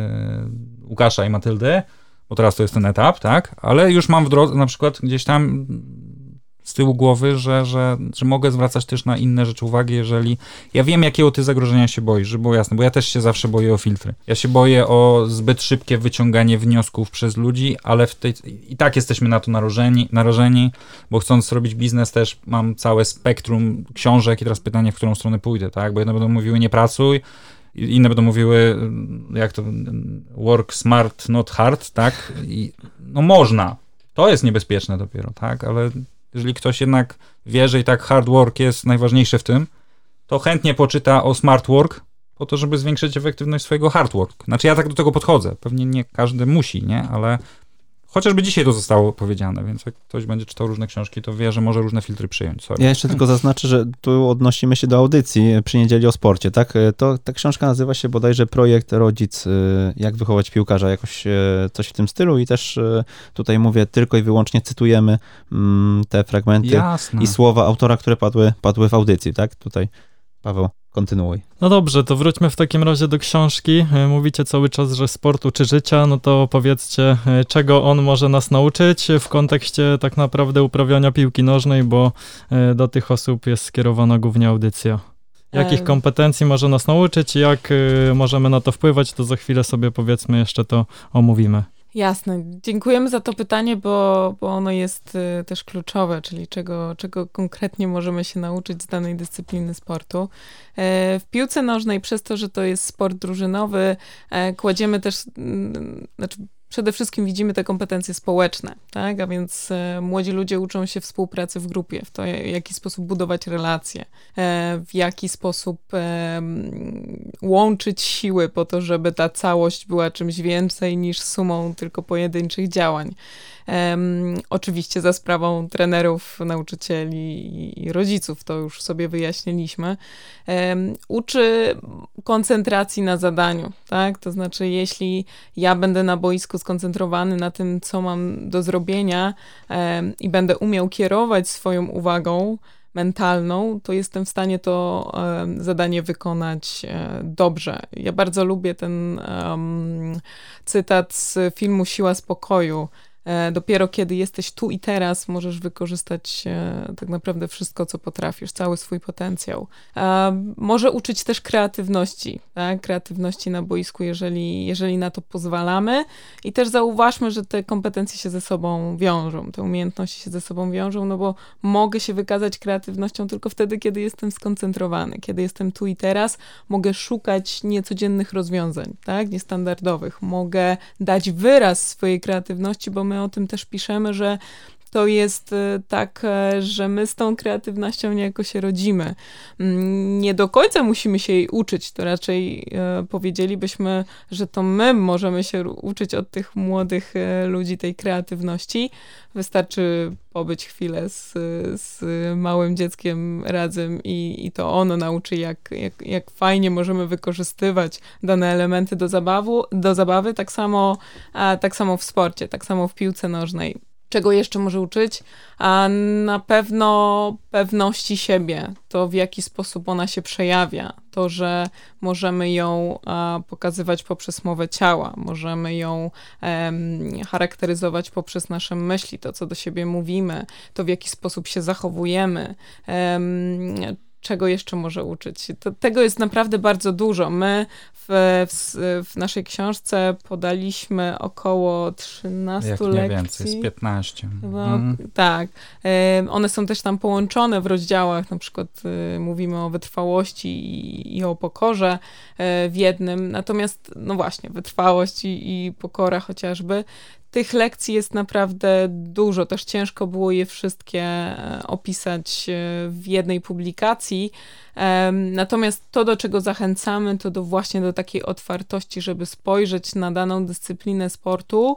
e, Łukasza i Matyldy, bo teraz to jest ten etap, tak? Ale już mam w drodze, na przykład gdzieś tam z tyłu głowy, że, że, że mogę zwracać też na inne rzeczy uwagę, jeżeli ja wiem, jakiego ty zagrożenia się boisz, żeby było jasne, bo ja też się zawsze boję o filtry. Ja się boję o zbyt szybkie wyciąganie wniosków przez ludzi, ale w tej, i tak jesteśmy na to narażeni, narażeni, bo chcąc robić biznes też mam całe spektrum książek i teraz pytanie, w którą stronę pójdę, tak? Bo jedne będą mówiły nie pracuj, inne będą mówiły, jak to, work smart, not hard, tak? I, no można. To jest niebezpieczne dopiero, tak? Ale jeżeli ktoś jednak wie, że i tak hard work jest najważniejszy w tym, to chętnie poczyta o smart work po to, żeby zwiększyć efektywność swojego hard work. Znaczy ja tak do tego podchodzę. Pewnie nie każdy musi, nie? Ale chociażby dzisiaj to zostało powiedziane, więc jak ktoś będzie czytał różne książki, to wie, że może różne filtry przyjąć. Sorry. Ja jeszcze tylko zaznaczę, że tu odnosimy się do audycji przy Niedzieli o sporcie, tak? To, ta książka nazywa się bodajże Projekt Rodzic, jak wychować piłkarza, jakoś coś w tym stylu i też tutaj mówię, tylko i wyłącznie cytujemy te fragmenty Jasne. i słowa autora, które padły, padły w audycji, tak? Tutaj Paweł, kontynuuj. No dobrze, to wróćmy w takim razie do książki. Mówicie cały czas, że sport uczy życia, no to powiedzcie, czego on może nas nauczyć w kontekście tak naprawdę uprawiania piłki nożnej, bo do tych osób jest skierowana głównie audycja. Jakich kompetencji może nas nauczyć i jak możemy na to wpływać, to za chwilę sobie powiedzmy jeszcze to omówimy. Jasne. Dziękujemy za to pytanie, bo, bo ono jest y, też kluczowe, czyli czego, czego konkretnie możemy się nauczyć z danej dyscypliny sportu. E, w piłce nożnej, przez to, że to jest sport drużynowy, e, kładziemy też, y, znaczy przede wszystkim widzimy te kompetencje społeczne, tak? A więc e, młodzi ludzie uczą się współpracy w grupie, w to, w jaki sposób budować relacje, e, w jaki sposób e, łączyć siły po to, żeby ta całość była czymś więcej niż sumą tylko pojedynczych działań. Um, oczywiście za sprawą trenerów, nauczycieli i rodziców, to już sobie wyjaśniliśmy. Um, uczy koncentracji na zadaniu, tak? To znaczy, jeśli ja będę na boisku skoncentrowany na tym, co mam do zrobienia um, i będę umiał kierować swoją uwagą mentalną, to jestem w stanie to um, zadanie wykonać um, dobrze. Ja bardzo lubię ten um, cytat z filmu Siła Spokoju. Dopiero kiedy jesteś tu i teraz, możesz wykorzystać e, tak naprawdę wszystko, co potrafisz, cały swój potencjał. E, może uczyć też kreatywności, tak? Kreatywności na boisku, jeżeli, jeżeli na to pozwalamy. I też zauważmy, że te kompetencje się ze sobą wiążą, te umiejętności się ze sobą wiążą, no bo mogę się wykazać kreatywnością tylko wtedy, kiedy jestem skoncentrowany, kiedy jestem tu i teraz, mogę szukać niecodziennych rozwiązań, tak? Niestandardowych. Mogę dać wyraz swojej kreatywności, bo my o tym też piszemy, że to jest tak, że my z tą kreatywnością niejako się rodzimy. Nie do końca musimy się jej uczyć, to raczej powiedzielibyśmy, że to my możemy się uczyć od tych młodych ludzi tej kreatywności. Wystarczy pobyć chwilę z, z małym dzieckiem razem i, i to ono nauczy, jak, jak, jak fajnie możemy wykorzystywać dane elementy do, zabawu, do zabawy, tak samo, a, tak samo w sporcie, tak samo w piłce nożnej. Czego jeszcze może uczyć? A na pewno pewności siebie, to w jaki sposób ona się przejawia, to, że możemy ją a, pokazywać poprzez mowę ciała, możemy ją em, charakteryzować poprzez nasze myśli, to co do siebie mówimy, to w jaki sposób się zachowujemy, em, czego jeszcze może uczyć. To, tego jest naprawdę bardzo dużo. My w, w, w naszej książce podaliśmy około trzynaście Jak nie lekcji. więcej, z piętnaście. Chyba, mm. Tak. One są też tam połączone w rozdziałach, na przykład mówimy o wytrwałości i, i o pokorze w jednym. Natomiast, no właśnie, wytrwałość i, i pokora chociażby. Tych lekcji jest naprawdę dużo, też ciężko było je wszystkie opisać w jednej publikacji. Natomiast to, do czego zachęcamy, to do właśnie do takiej otwartości, żeby spojrzeć na daną dyscyplinę sportu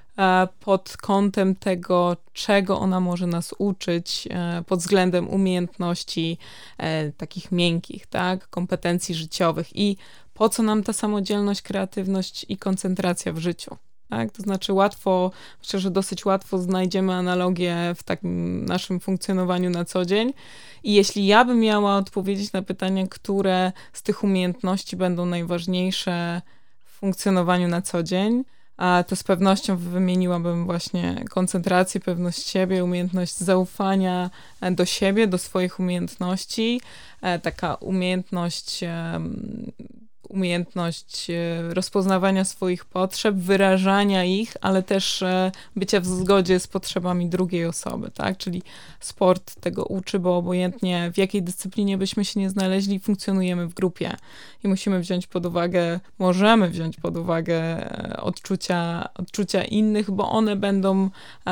pod kątem tego, czego ona może nas uczyć pod względem umiejętności takich miękkich, tak, kompetencji życiowych i po co nam ta samodzielność, kreatywność i koncentracja w życiu. Tak? To znaczy łatwo, myślę, że dosyć łatwo znajdziemy analogię w takim naszym funkcjonowaniu na co dzień. I jeśli ja bym miała odpowiedzieć na pytanie, które z tych umiejętności będą najważniejsze w funkcjonowaniu na co dzień, a to z pewnością wymieniłabym właśnie koncentrację, pewność siebie, umiejętność zaufania do siebie, do swoich umiejętności, taka umiejętność umiejętność rozpoznawania swoich potrzeb, wyrażania ich, ale też bycia w zgodzie z potrzebami drugiej osoby, tak? Czyli sport tego uczy, bo obojętnie w jakiej dyscyplinie byśmy się nie znaleźli, funkcjonujemy w grupie i musimy wziąć pod uwagę, możemy wziąć pod uwagę odczucia, odczucia innych, bo one będą,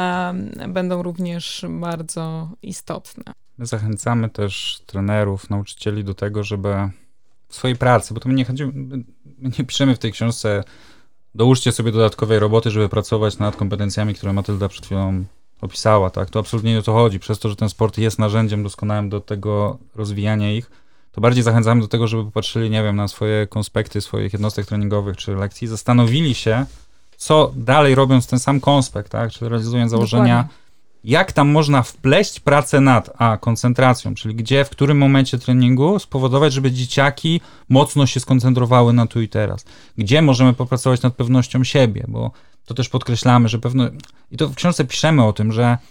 um, będą również bardzo istotne. My zachęcamy też trenerów, nauczycieli do tego, żeby w swojej pracy, bo to my nie chodzimy, my nie piszemy w tej książce dołóżcie sobie dodatkowej roboty, żeby pracować nad kompetencjami, które Matylda przed chwilą opisała, tak? To absolutnie nie o to chodzi. Przez to, że ten sport jest narzędziem doskonałym do tego rozwijania ich, to bardziej zachęcamy do tego, żeby popatrzyli, nie wiem, na swoje konspekty swoich jednostek treningowych czy lekcji, zastanowili się, co dalej robiąc ten sam konspekt, tak? Czyli realizując założenia, dokładnie. Jak tam można wpleść pracę nad a koncentracją, czyli gdzie, w którym momencie treningu spowodować, żeby dzieciaki mocno się skoncentrowały na tu i teraz. Gdzie możemy popracować nad pewnością siebie, bo to też podkreślamy, że pewno, i to w książce piszemy o tym, że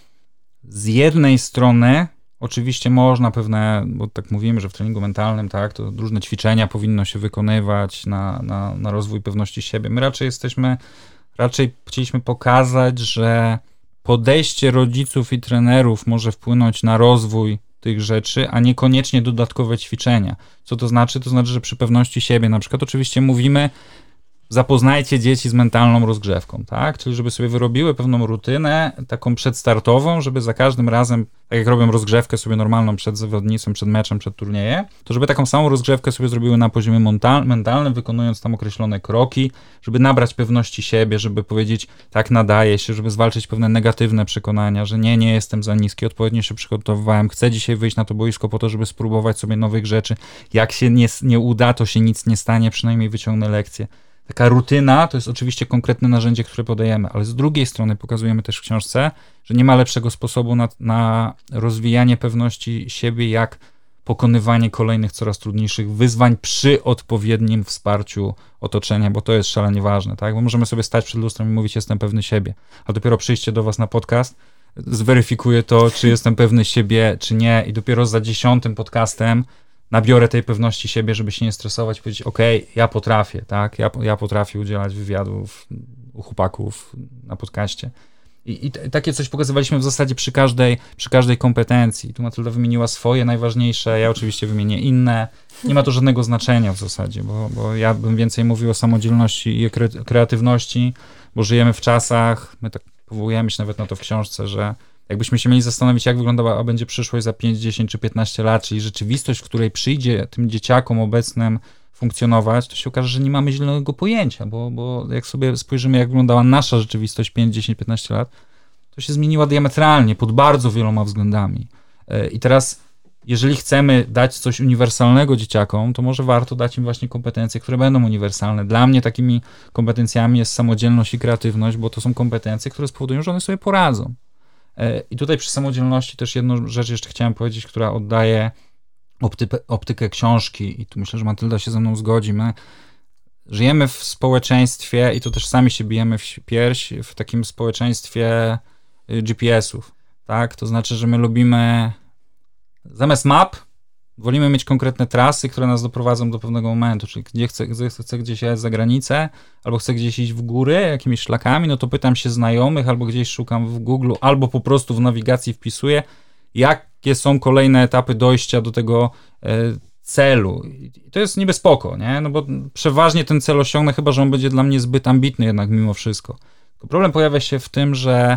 z jednej strony oczywiście można pewne, bo tak mówimy, że w treningu mentalnym, tak, to różne ćwiczenia powinno się wykonywać na, na, na rozwój pewności siebie. My raczej jesteśmy, raczej chcieliśmy pokazać, że podejście rodziców i trenerów może wpłynąć na rozwój tych rzeczy, a niekoniecznie dodatkowe ćwiczenia. Co to znaczy? To znaczy, że przy pewności siebie na przykład oczywiście mówimy, zapoznajcie dzieci z mentalną rozgrzewką, tak? Czyli żeby sobie wyrobiły pewną rutynę taką przedstartową, żeby za każdym razem, tak jak robią rozgrzewkę sobie normalną przed zawodnictwem, przed meczem, przed turniejem, to żeby taką samą rozgrzewkę sobie zrobiły na poziomie mental- mentalnym, wykonując tam określone kroki, żeby nabrać pewności siebie, żeby powiedzieć, tak nadaje się, żeby zwalczyć pewne negatywne przekonania, że nie, nie jestem za niski, odpowiednio się przygotowywałem, chcę dzisiaj wyjść na to boisko po to, żeby spróbować sobie nowych rzeczy. Jak się nie, nie uda, to się nic nie stanie, przynajmniej wyciągnę lekcję. Taka rutyna to jest oczywiście konkretne narzędzie, które podajemy, ale z drugiej strony pokazujemy też w książce, że nie ma lepszego sposobu na, na rozwijanie pewności siebie, jak pokonywanie kolejnych coraz trudniejszych wyzwań przy odpowiednim wsparciu otoczenia, bo to jest szalenie ważne, tak? Bo możemy sobie stać przed lustrem i mówić, jestem pewny siebie, a dopiero przyjście do was na podcast zweryfikuje to, czy jestem pewny siebie, czy nie, i dopiero za dziesiątym podcastem nabiorę tej pewności siebie, żeby się nie stresować i powiedzieć, okej, okay, ja potrafię, tak, ja, ja potrafię udzielać wywiadów u chłopaków na podcaście. I, i t- takie coś pokazywaliśmy w zasadzie przy każdej, przy każdej kompetencji. Tu Matylda wymieniła swoje najważniejsze, ja oczywiście wymienię inne. Nie ma to żadnego znaczenia w zasadzie, bo, bo ja bym więcej mówił o samodzielności i kre- kreatywności, bo żyjemy w czasach, my tak powołujemy się nawet na to w książce, że jakbyśmy się mieli zastanowić, jak wyglądała, a będzie przyszłość za pięć, dziesięć czy piętnaście lat, czyli rzeczywistość, w której przyjdzie tym dzieciakom obecnym funkcjonować, to się okaże, że nie mamy zielonego pojęcia, bo, bo jak sobie spojrzymy, jak wyglądała nasza rzeczywistość pięć, dziesięć, piętnaście lat, to się zmieniła diametralnie pod bardzo wieloma względami. I teraz, jeżeli chcemy dać coś uniwersalnego dzieciakom, to może warto dać im właśnie kompetencje, które będą uniwersalne. Dla mnie takimi kompetencjami jest samodzielność i kreatywność, bo to są kompetencje, które spowodują, że one sobie poradzą. I tutaj przy samodzielności też jedną rzecz jeszcze chciałem powiedzieć, która oddaje opty- optykę książki i tu myślę, że Matylda się ze mną zgodzi. My żyjemy w społeczeństwie i to też sami się bijemy w pierś, w takim społeczeństwie G P S-ów, tak? To znaczy, że my lubimy zamiast map wolimy mieć konkretne trasy, które nas doprowadzą do pewnego momentu, czyli gdzie chcę, gdzie chcę gdzieś jechać za granicę, albo chcę gdzieś iść w góry jakimiś szlakami, no to pytam się znajomych, albo gdzieś szukam w Google, albo po prostu w nawigacji wpisuję, jakie są kolejne etapy dojścia do tego e, celu. I to jest niby spoko, nie? No bo przeważnie ten cel osiągnę, chyba że on będzie dla mnie zbyt ambitny jednak mimo wszystko. Tylko problem pojawia się w tym, że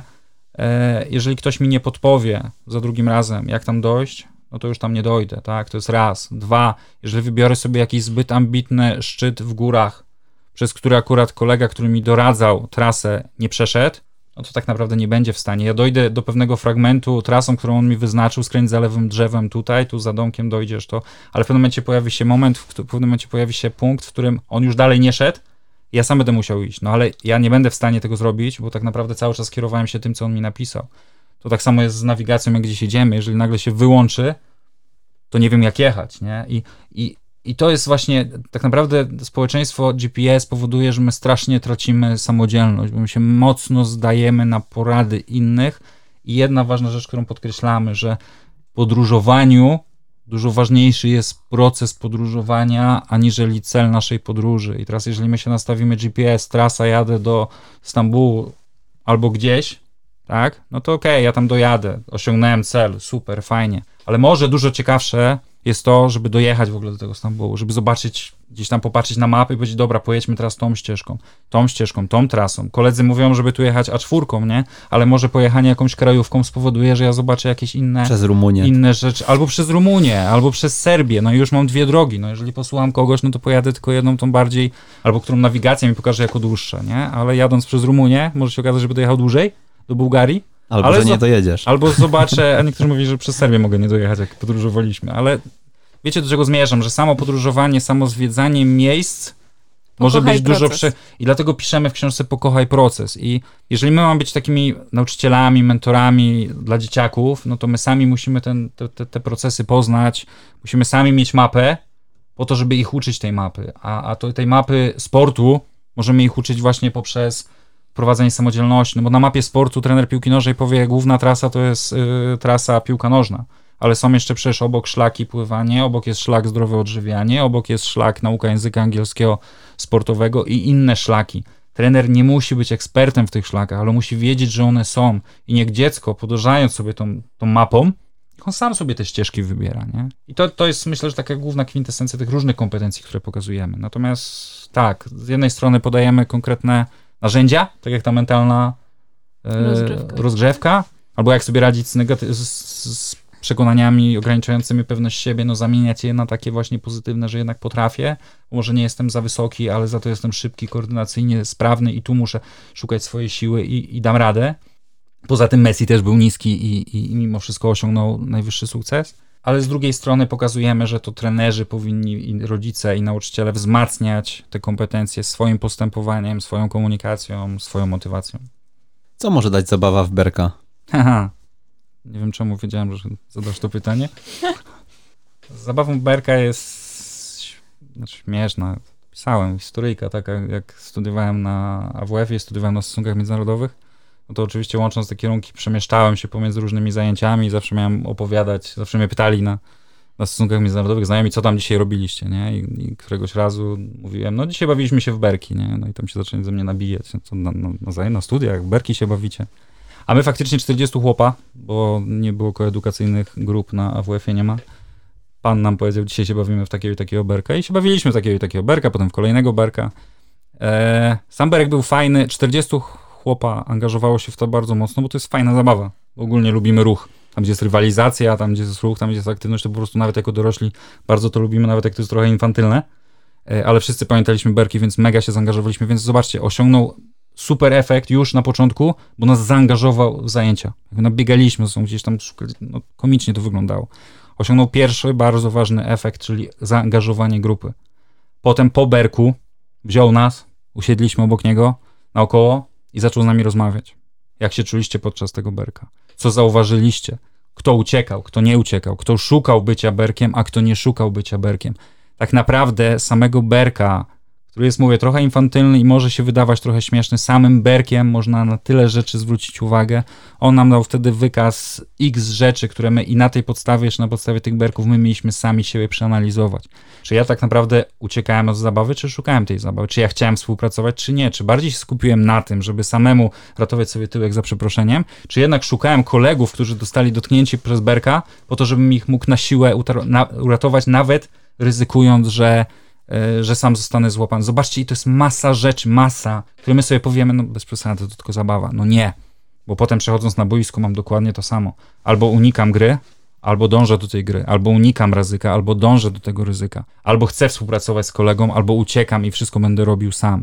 e, jeżeli ktoś mi nie podpowie za drugim razem, jak tam dojść, no to już tam nie dojdę, tak? To jest raz. Dwa, jeżeli wybiorę sobie jakiś zbyt ambitny szczyt w górach, przez który akurat kolega, który mi doradzał trasę, nie przeszedł, no to tak naprawdę nie będzie w stanie. Ja dojdę do pewnego fragmentu trasą, którą on mi wyznaczył, skręć za lewym drzewem tutaj, tu za domkiem dojdziesz to, ale w pewnym momencie pojawi się moment, w pewnym momencie pojawi się punkt, w którym on już dalej nie szedł, ja sam będę musiał iść, no ale ja nie będę w stanie tego zrobić, bo tak naprawdę cały czas kierowałem się tym, co on mi napisał. To tak samo jest z nawigacją, jak gdzieś jedziemy. Jeżeli nagle się wyłączy, to nie wiem, jak jechać, nie? I, i I to jest właśnie, tak naprawdę społeczeństwo G P S powoduje, że my strasznie tracimy samodzielność, bo my się mocno zdajemy na porady innych. I jedna ważna rzecz, którą podkreślamy, że w podróżowaniu dużo ważniejszy jest proces podróżowania, aniżeli cel naszej podróży. I teraz jeżeli my się nastawimy G P S, trasa, jadę do Stambułu albo gdzieś, tak, no to okej, okay, ja tam dojadę, osiągnąłem cel, super, fajnie. Ale może dużo ciekawsze jest to, żeby dojechać w ogóle do tego Stambułu, żeby zobaczyć, gdzieś tam popatrzeć na mapy i powiedzieć, dobra, pojedźmy teraz tą ścieżką, tą ścieżką, tą trasą. Koledzy mówią, żeby tu jechać A cztery, nie? Ale może pojechanie jakąś krajówką spowoduje, że ja zobaczę jakieś inne... Przez Rumunię. Inne rzeczy, albo przez Rumunię, albo przez Serbię, no i już mam dwie drogi, no jeżeli posłucham kogoś, no to pojadę tylko jedną, tą bardziej, albo którą nawigacja mi pokaże jako dłuższa, nie? Ale jadąc przez Rumunię, może się okazać, że będę jechał dłużej do Bułgarii. Albo, ale że nie dojedziesz. Albo zobaczę, a niektórzy mówią, że przez Serbię mogę nie dojechać, jak podróżowaliśmy, ale wiecie, do czego zmierzam, że samo podróżowanie, samo zwiedzanie miejsc Pokochaj może być proces. Dużo... Prze... I dlatego piszemy w książce Pokochaj proces. I jeżeli my mamy być takimi nauczycielami, mentorami dla dzieciaków, no to my sami musimy ten, te, te, te procesy poznać, musimy sami mieć mapę po to, żeby ich uczyć tej mapy. A, a to tej mapy sportu możemy ich uczyć właśnie poprzez prowadzenie samodzielności, no bo na mapie sportu trener piłki nożnej powie, główna trasa to jest y, trasa piłka nożna, ale są jeszcze przecież obok szlaki pływanie, obok jest szlak zdrowe odżywianie, obok jest szlak nauka języka angielskiego sportowego i inne szlaki. Trener nie musi być ekspertem w tych szlakach, ale musi wiedzieć, że one są i niech dziecko, podążając sobie tą, tą mapą, on sam sobie te ścieżki wybiera, nie? I to, to jest, myślę, że taka główna kwintesencja tych różnych kompetencji, które pokazujemy. Natomiast tak, z jednej strony podajemy konkretne narzędzia, tak jak ta mentalna e, rozgrzewka. rozgrzewka, albo jak sobie radzić z, negaty- z, z przekonaniami ograniczającymi pewność siebie, no zamieniać je na takie właśnie pozytywne, że jednak potrafię, bo może nie jestem za wysoki, ale za to jestem szybki, koordynacyjnie sprawny i tu muszę szukać swojej siły i, i dam radę. Poza tym Messi też był niski i, i, i mimo wszystko osiągnął najwyższy sukces. Ale z drugiej strony pokazujemy, że to trenerzy powinni i rodzice i nauczyciele wzmacniać te kompetencje swoim postępowaniem, swoją komunikacją, swoją motywacją. Co może dać zabawa w berka? Haha, nie wiem czemu wiedziałem, że zadasz to pytanie. Zabawą berka jest znaczy, śmieszna. Pisałem historyjka taka, jak studiowałem na A W F-ie, studiowałem na stosunkach międzynarodowych. No to oczywiście łącząc te kierunki przemieszczałem się pomiędzy różnymi zajęciami, zawsze miałem opowiadać, zawsze mnie pytali na, na stosunkach międzynarodowych znajomi, co tam dzisiaj robiliście, nie? I, i któregoś razu mówiłem, no dzisiaj bawiliśmy się w berki, nie? No i tam się zaczęli ze mnie nabijać, no to na, na, na, na studiach, w berki się bawicie. A my faktycznie czterdziestu chłopa, bo nie było koedukacyjnych grup na A W F-ie, nie ma. Pan nam powiedział, dzisiaj się bawimy w takiego i takiego berka i się bawiliśmy w takiego i takiego berka, potem w kolejnego berka. Eee, sam berek był fajny, czterdziestu chłopa angażowało się w to bardzo mocno, bo to jest fajna zabawa. Ogólnie lubimy ruch. Tam, gdzie jest rywalizacja, tam, gdzie jest ruch, tam, gdzie jest aktywność, to po prostu nawet jako dorośli bardzo to lubimy, nawet jak to jest trochę infantylne. Ale wszyscy pamiętaliśmy berki, więc mega się zaangażowaliśmy, więc zobaczcie, osiągnął super efekt już na początku, bo nas zaangażował w zajęcia. Jak nabiegaliśmy, są gdzieś tam, no, komicznie to wyglądało. Osiągnął pierwszy bardzo ważny efekt, czyli zaangażowanie grupy. Potem po berku wziął nas, usiedliśmy obok niego, naokoło, i zaczął z nami rozmawiać. Jak się czuliście podczas tego berka? Co zauważyliście? Kto uciekał, kto nie uciekał? Kto szukał bycia berkiem, a kto nie szukał bycia berkiem? Tak naprawdę samego berka, który jest, mówię, trochę infantylny i może się wydawać trochę śmieszny, samym berkiem można na tyle rzeczy zwrócić uwagę. On nam dał wtedy wykaz x rzeczy, które my i na tej podstawie, jeszcze na podstawie tych berków, my mieliśmy sami siebie przeanalizować. Czy ja tak naprawdę uciekałem od zabawy, czy szukałem tej zabawy? Czy ja chciałem współpracować, czy nie? Czy bardziej się skupiłem na tym, żeby samemu ratować sobie tyłek za przeproszeniem? Czy jednak szukałem kolegów, którzy dostali dotknięcie przez berka, po to, żebym ich mógł na siłę utar- na- uratować, nawet ryzykując, że że sam zostanę złapany. Zobaczcie, i to jest masa rzeczy, masa, które my sobie powiemy, no bez przesady, to tylko zabawa. No nie, bo potem przechodząc na boisko mam dokładnie to samo. Albo unikam gry, albo dążę do tej gry, albo unikam ryzyka, albo dążę do tego ryzyka, albo chcę współpracować z kolegą, albo uciekam i wszystko będę robił sam.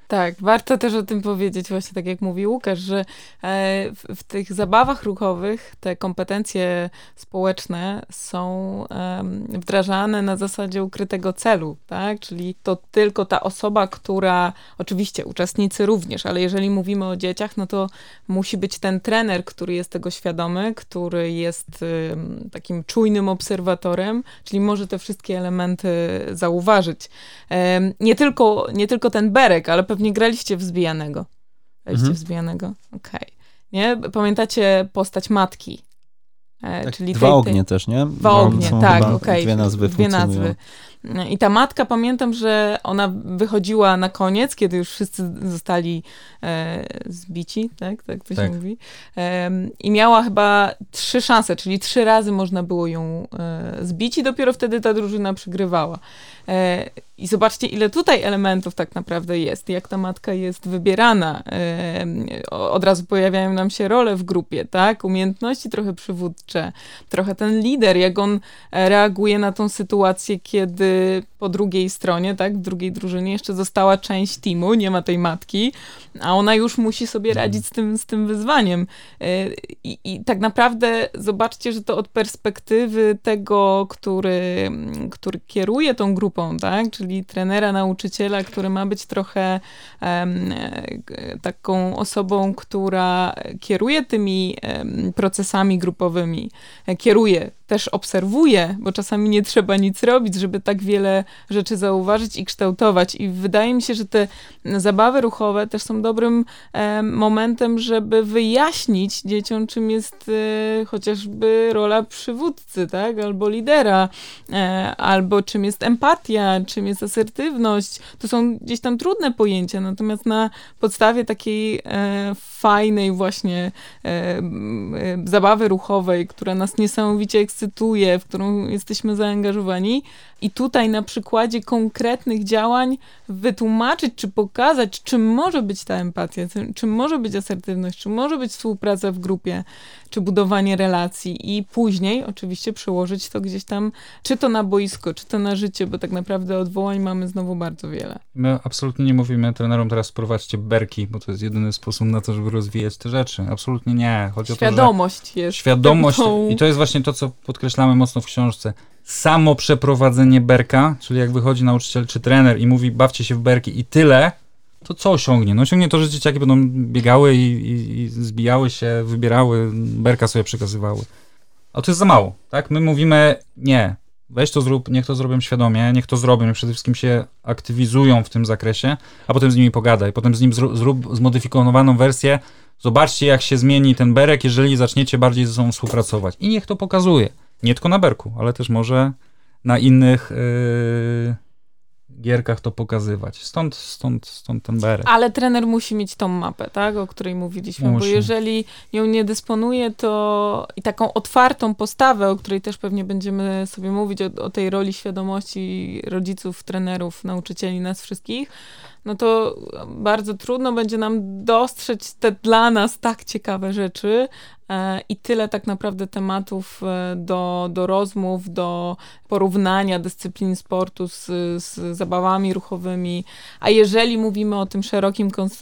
Tak, warto też o tym powiedzieć, właśnie tak jak mówi Łukasz, że w, w tych zabawach ruchowych te kompetencje społeczne są wdrażane na zasadzie ukrytego celu, tak? Czyli to tylko ta osoba, która, oczywiście uczestnicy również, ale jeżeli mówimy o dzieciach, no to musi być ten trener, który jest tego świadomy, który jest takim czujnym obserwatorem, czyli może te wszystkie elementy zauważyć. Nie tylko, nie tylko ten berek, ale pewnie graliście w zbijanego. Graliście Mhm. w zbijanego? Okej. Okay. Nie? Pamiętacie postać matki? E, Tak, czyli dwa tej, ognie tej... też, nie? Dwa Bo ognie, są tak, chyba okej. Dwie nazwy Dwie funkcjonują. nazwy. I ta matka, pamiętam, że ona wychodziła na koniec, kiedy już wszyscy zostali e, zbici, tak? Tak to tak. się mówi. E, I miała chyba trzy szanse, czyli trzy razy można było ją e, zbić i dopiero wtedy ta drużyna przegrywała. E, I zobaczcie, ile tutaj elementów tak naprawdę jest, jak ta matka jest wybierana. E, od razu pojawiają nam się role w grupie, tak? Umiejętności trochę przywódcze, trochę ten lider, jak on reaguje na tą sytuację, kiedy po drugiej stronie, tak, w drugiej drużynie jeszcze została część teamu, nie ma tej matki, a ona już musi sobie radzić z tym, z tym wyzwaniem. I, i tak naprawdę zobaczcie, że to od perspektywy tego, który, który kieruje tą grupą, tak, czyli trenera, nauczyciela, który ma być trochę um, taką osobą, która kieruje tymi um, procesami grupowymi, kieruje, też obserwuje, bo czasami nie trzeba nic robić, żeby tak wiele rzeczy zauważyć i kształtować. I wydaje mi się, że te zabawy ruchowe też są dobrym e, momentem, żeby wyjaśnić dzieciom, czym jest e, chociażby rola przywódcy, tak? Albo lidera, e, albo czym jest empatia, czym jest asertywność. To są gdzieś tam trudne pojęcia, natomiast na podstawie takiej e, fajnej właśnie e, e, zabawy ruchowej, która nas niesamowicie ekscytuje, w którą jesteśmy zaangażowani i tutaj na przykładzie konkretnych działań wytłumaczyć, czy pokazać, czym może być ta empatia, czym może być asertywność, czym może być współpraca w grupie, czy budowanie relacji i później oczywiście przełożyć to gdzieś tam, czy to na boisko, czy to na życie, bo tak naprawdę odwołań mamy znowu bardzo wiele. My absolutnie nie mówimy trenerom teraz prowadźcie berki, bo to jest jedyny sposób na to, żeby rozwijać te rzeczy. Absolutnie nie. Chodzi Świadomość o to, że jest. Świadomość tą... i to jest właśnie to, co podkreślamy mocno w książce. Samo przeprowadzenie berka, czyli jak wychodzi nauczyciel czy trener i mówi bawcie się w berki i tyle, to co osiągnie? No osiągnie to, że dzieciaki będą biegały i, i, i zbijały się, wybierały, berka sobie przekazywały. A to jest za mało, tak? My mówimy nie, weź to zrób, niech to zrobią świadomie, niech to zrobią, niech przede wszystkim się aktywizują w tym zakresie, a potem z nimi pogadaj, potem z nim zrób, zrób zmodyfikowaną wersję, zobaczcie jak się zmieni ten berek, jeżeli zaczniecie bardziej ze sobą współpracować. I niech to pokazuje. Nie tylko na berku, ale też może na innych yy, gierkach to pokazywać. Stąd, stąd, stąd ten berek. Ale trener musi mieć tą mapę, tak, o której mówiliśmy, Musi. bo jeżeli ją nie dysponuje, to i taką otwartą postawę, o której też pewnie będziemy sobie mówić, o, o tej roli świadomości rodziców, trenerów, nauczycieli, nas wszystkich, no to bardzo trudno będzie nam dostrzec te dla nas tak ciekawe rzeczy e, i tyle tak naprawdę tematów e, do, do rozmów, do porównania dyscyplin sportu z, z zabawami ruchowymi. A jeżeli mówimy o tym szerokim kons-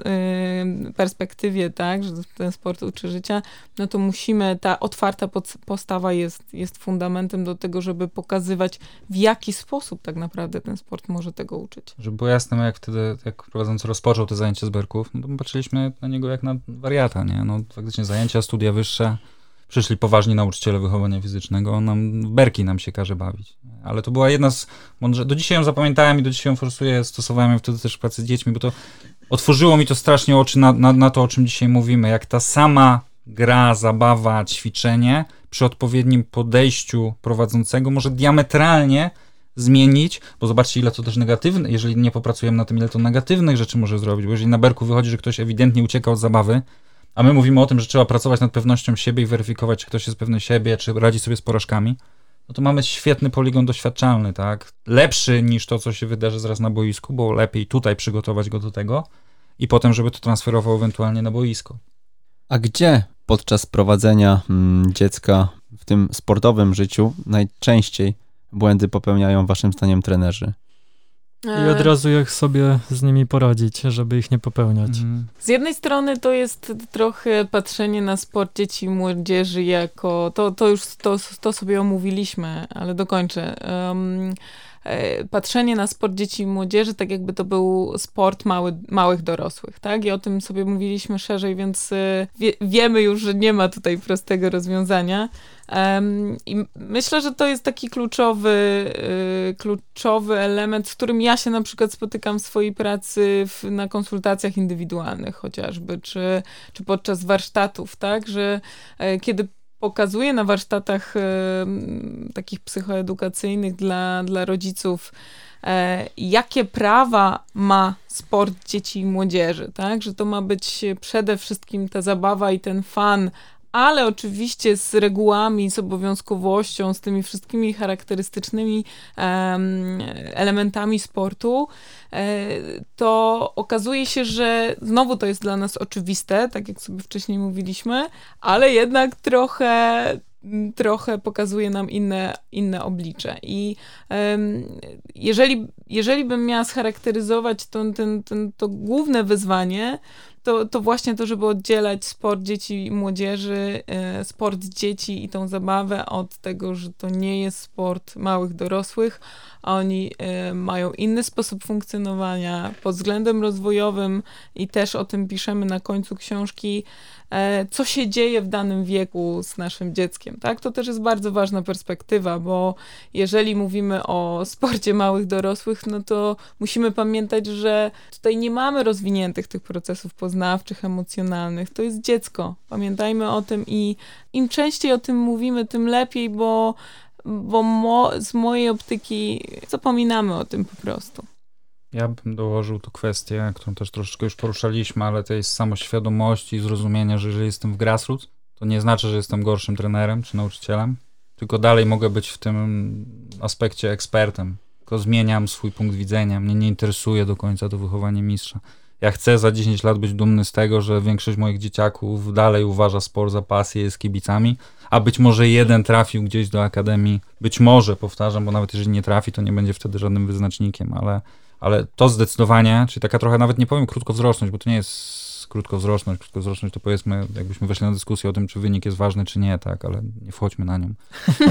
y, perspektywie, tak, że ten sport uczy życia, no to musimy, ta otwarta pod, postawa jest, jest fundamentem do tego, żeby pokazywać, w jaki sposób tak naprawdę ten sport może tego uczyć. Żeby było jasne, jak wtedy, jak prowadzący rozpoczął te zajęcia z berków, no to my patrzyliśmy na niego jak na wariata, nie? No faktycznie zajęcia, studia wyższe, przyszli poważni nauczyciele wychowania fizycznego, nam berki nam się każe bawić. Ale to była jedna z, może do dzisiaj ją zapamiętałem i do dzisiaj ją forsuję, stosowałem ją wtedy też w pracy z dziećmi, bo to otworzyło mi to strasznie oczy na, na, na to, o czym dzisiaj mówimy, jak ta sama gra, zabawa, ćwiczenie przy odpowiednim podejściu prowadzącego może diametralnie zmienić, bo zobaczcie, ile to też negatywne, jeżeli nie popracujemy na tym, ile to negatywnych rzeczy może zrobić, bo jeżeli na berku wychodzi, że ktoś ewidentnie ucieka od zabawy, a my mówimy o tym, że trzeba pracować nad pewnością siebie i weryfikować, czy ktoś jest pewny siebie, czy radzi sobie z porażkami, no to mamy świetny poligon doświadczalny, tak? Lepszy niż to, co się wydarzy zaraz na boisku, bo lepiej tutaj przygotować go do tego i potem, żeby to transferował ewentualnie na boisko. A gdzie podczas prowadzenia mm, dziecka w tym sportowym życiu najczęściej błędy popełniają waszym zdaniem trenerzy? I od razu jak sobie z nimi poradzić, żeby ich nie popełniać. Mhm. Z jednej strony to jest trochę patrzenie na sport dzieci i młodzieży jako, to, to już to, to sobie omówiliśmy, ale dokończę. Um, patrzenie na sport dzieci i młodzieży, tak jakby to był sport mały, małych dorosłych, tak? I o tym sobie mówiliśmy szerzej, więc wie, wiemy już, że nie ma tutaj prostego rozwiązania. Um, I myślę, że to jest taki kluczowy, y, kluczowy element, z którym ja się na przykład spotykam w swojej pracy w, na konsultacjach indywidualnych chociażby, czy, czy podczas warsztatów, tak? Że y, kiedy pokazuję na warsztatach e, takich psychoedukacyjnych dla, dla rodziców, e, jakie prawa ma sport dzieci i młodzieży, tak? Że to ma być przede wszystkim ta zabawa i ten fan, ale oczywiście z regułami, z obowiązkowością, z tymi wszystkimi charakterystycznymi um, elementami sportu, e, to okazuje się, że znowu to jest dla nas oczywiste, tak jak sobie wcześniej mówiliśmy, ale jednak trochę trochę pokazuje nam inne, inne oblicze. I um, jeżeli, jeżeli bym miała scharakteryzować to, ten, ten, to główne wyzwanie, to, to właśnie to, żeby oddzielać sport dzieci i młodzieży, e, sport dzieci i tą zabawę od tego, że to nie jest sport małych dorosłych, a oni e, mają inny sposób funkcjonowania pod względem rozwojowym i też o tym piszemy na końcu książki, e, co się dzieje w danym wieku z naszym dzieckiem, tak? To też jest bardzo ważna perspektywa, bo jeżeli mówimy o sporcie małych dorosłych, no to musimy pamiętać, że tutaj nie mamy rozwiniętych tych procesów poznawczych, emocjonalnych. To jest dziecko. Pamiętajmy o tym i im częściej o tym mówimy, tym lepiej, bo, bo mo, z mojej optyki zapominamy o tym po prostu. Ja bym dołożył tu kwestię, którą też troszeczkę już poruszaliśmy, ale tej samoświadomości i zrozumienia, że jeżeli jestem w grassroots, to nie znaczy, że jestem gorszym trenerem czy nauczycielem, tylko dalej mogę być w tym aspekcie ekspertem. Tylko zmieniam swój punkt widzenia. Mnie nie interesuje do końca to wychowanie mistrza. Ja chcę za dziesięć lat być dumny z tego, że większość moich dzieciaków dalej uważa sport za pasję, jest kibicami, a być może jeden trafił gdzieś do akademii. Być może, powtarzam, bo nawet jeżeli nie trafi, to nie będzie wtedy żadnym wyznacznikiem, ale, ale to zdecydowanie, czyli taka trochę, nawet nie powiem krótkowzroczność, bo to nie jest krótkowzroczność. Krótkowzroczność to powiedzmy, jakbyśmy weszli na dyskusję o tym, czy wynik jest ważny, czy nie, tak, ale nie wchodźmy na nią.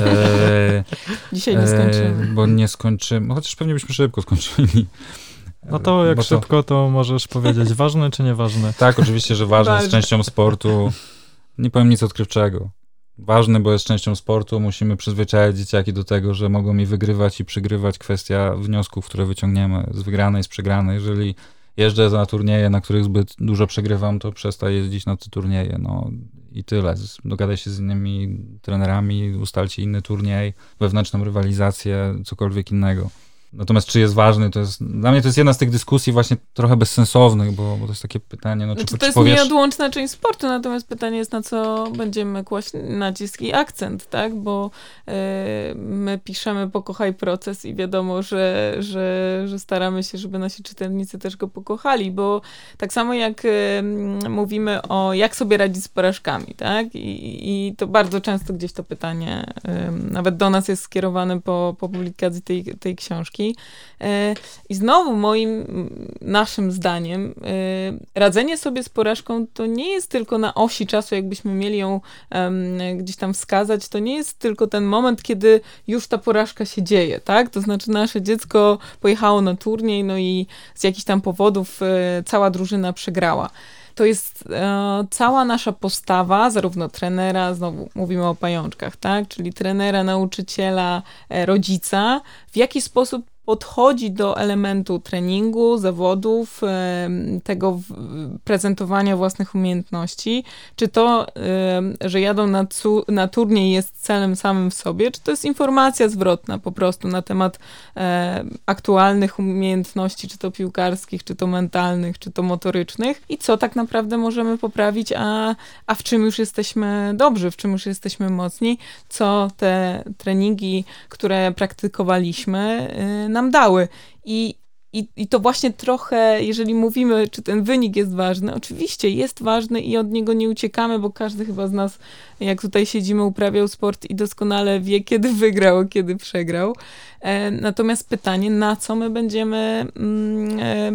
E, Dzisiaj nie skończymy. E, bo nie skończymy, chociaż pewnie byśmy szybko skończyli. No to jak Bo szybko, to możesz powiedzieć, ważne czy nieważne? Tak, oczywiście, że ważne, jest częścią sportu. Nie powiem nic odkrywczego. Ważny, bo jest częścią sportu, musimy przyzwyczajać dzieciaki do tego, że mogą mi wygrywać i przegrywać. Kwestia wniosków, które wyciągniemy z wygranej, z przegranej. Jeżeli jeżdżę na turnieje, na których zbyt dużo przegrywam, to przestań jeździć na te turnieje. No i tyle. Dogadaj się z innymi trenerami, ustalcie inny turniej, wewnętrzną rywalizację, cokolwiek innego. Natomiast czy jest ważny, to jest, dla mnie to jest jedna z tych dyskusji właśnie trochę bezsensownych, bo, bo to jest takie pytanie, no czy, znaczy, to czy jest powiesz... nieodłączna część sportu, natomiast pytanie jest, na co będziemy kłaść nacisk i akcent, tak, bo y, my piszemy pokochaj proces i wiadomo, że, że, że staramy się, żeby nasi czytelnicy też go pokochali, bo tak samo jak y, mówimy o jak sobie radzić z porażkami, tak, i, i to bardzo często gdzieś to pytanie y, nawet do nas jest skierowane po, po publikacji tej, tej książki. I znowu moim, naszym zdaniem, radzenie sobie z porażką to nie jest tylko na osi czasu, jakbyśmy mieli ją gdzieś tam wskazać, to nie jest tylko ten moment, kiedy już ta porażka się dzieje, tak? To znaczy nasze dziecko pojechało na turniej, no i z jakichś tam powodów cała drużyna przegrała. To jest e, cała nasza postawa, zarówno trenera, znowu mówimy o pajączkach, tak? Czyli trenera, nauczyciela, e, rodzica, w jaki sposób podchodzi do elementu treningu, zawodów, e, tego w, prezentowania własnych umiejętności. Czy to, e, że jadą na, cu, na turniej jest celem samym w sobie, czy to jest informacja zwrotna po prostu na temat e, aktualnych umiejętności, czy to piłkarskich, czy to mentalnych, czy to motorycznych i co tak naprawdę możemy poprawić, a, a w czym już jesteśmy dobrzy, w czym już jesteśmy mocni, co te treningi, które praktykowaliśmy, e, nam dały. I I, I to właśnie trochę, jeżeli mówimy, czy ten wynik jest ważny, oczywiście jest ważny i od niego nie uciekamy, bo każdy chyba z nas, jak tutaj siedzimy, uprawiał sport i doskonale wie, kiedy wygrał, a kiedy przegrał. E, natomiast pytanie, na co my będziemy, mm, e,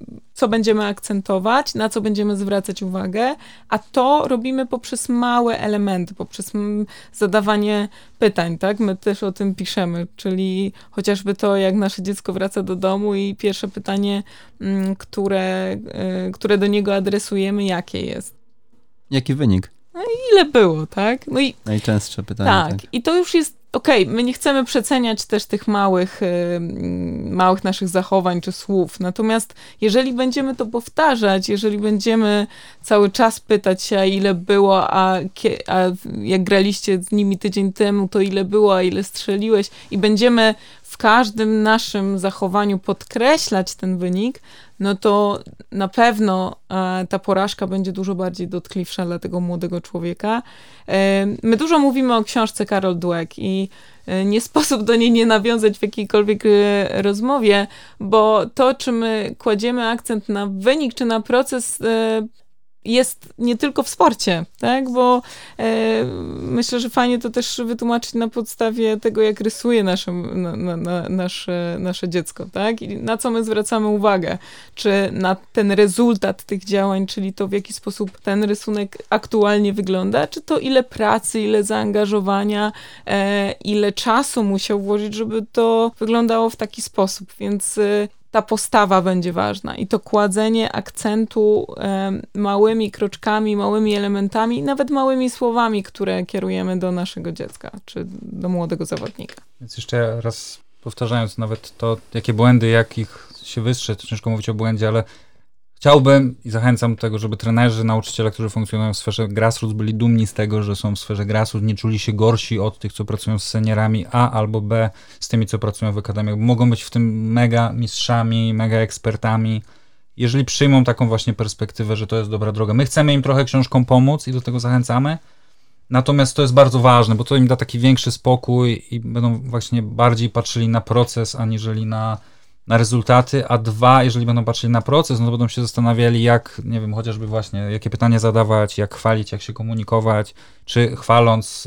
co będziemy akcentować, na co będziemy zwracać uwagę, a to robimy poprzez małe elementy, poprzez m, zadawanie pytań, tak? My też o tym piszemy, czyli chociażby to, jak nasze dziecko wraca do domu i pierwsze pytanie, m, które, y, które do niego adresujemy, jakie jest? Jaki wynik? No i ile było, tak? No i Najczęstsze pytanie. tak, Tak. i to już jest okej, okay, my nie chcemy przeceniać też tych małych, y, małych naszych zachowań czy słów, natomiast jeżeli będziemy to powtarzać, jeżeli będziemy cały czas pytać się, a ile było, a, kie, a jak graliście z nimi tydzień temu, to ile było, a ile strzeliłeś i będziemy w każdym naszym zachowaniu podkreślać ten wynik, no to na pewno e, ta porażka będzie dużo bardziej dotkliwsza dla tego młodego człowieka. E, my dużo mówimy o książce Carol Dweck i e, nie sposób do niej nie nawiązać w jakiejkolwiek e, rozmowie, bo to, czy my kładziemy akcent na wynik, czy na proces, e, jest nie tylko w sporcie, tak? Bo e, myślę, że fajnie to też wytłumaczyć na podstawie tego, jak rysuje nasze, na, na, na, nasze, nasze dziecko, tak? I na co my zwracamy uwagę. Czy na ten rezultat tych działań, czyli to, w jaki sposób ten rysunek aktualnie wygląda, czy to ile pracy, ile zaangażowania, e, ile czasu musiał włożyć, żeby to wyglądało w taki sposób. Więc e, ta postawa będzie ważna i to kładzenie akcentu e, małymi kroczkami, małymi elementami, nawet małymi słowami, które kierujemy do naszego dziecka, czy do młodego zawodnika. Więc jeszcze raz powtarzając nawet to, jakie błędy, jak ich się wystrzec, ciężko mówić o błędzie, ale chciałbym i zachęcam do tego, żeby trenerzy, nauczyciele, którzy funkcjonują w sferze grassroots, byli dumni z tego, że są w sferze grassroots, nie czuli się gorsi od tych, co pracują z seniorami A albo B, z tymi, co pracują w akademiach. Mogą być w tym mega mistrzami, mega ekspertami, jeżeli przyjmą taką właśnie perspektywę, że to jest dobra droga. My chcemy im trochę książką pomóc i do tego zachęcamy, natomiast to jest bardzo ważne, bo to im da taki większy spokój i będą właśnie bardziej patrzyli na proces, aniżeli na na rezultaty, a dwa, jeżeli będą patrzyli na proces, no to będą się zastanawiali, jak, nie wiem, chociażby właśnie, jakie pytania zadawać, jak chwalić, jak się komunikować, czy chwaląc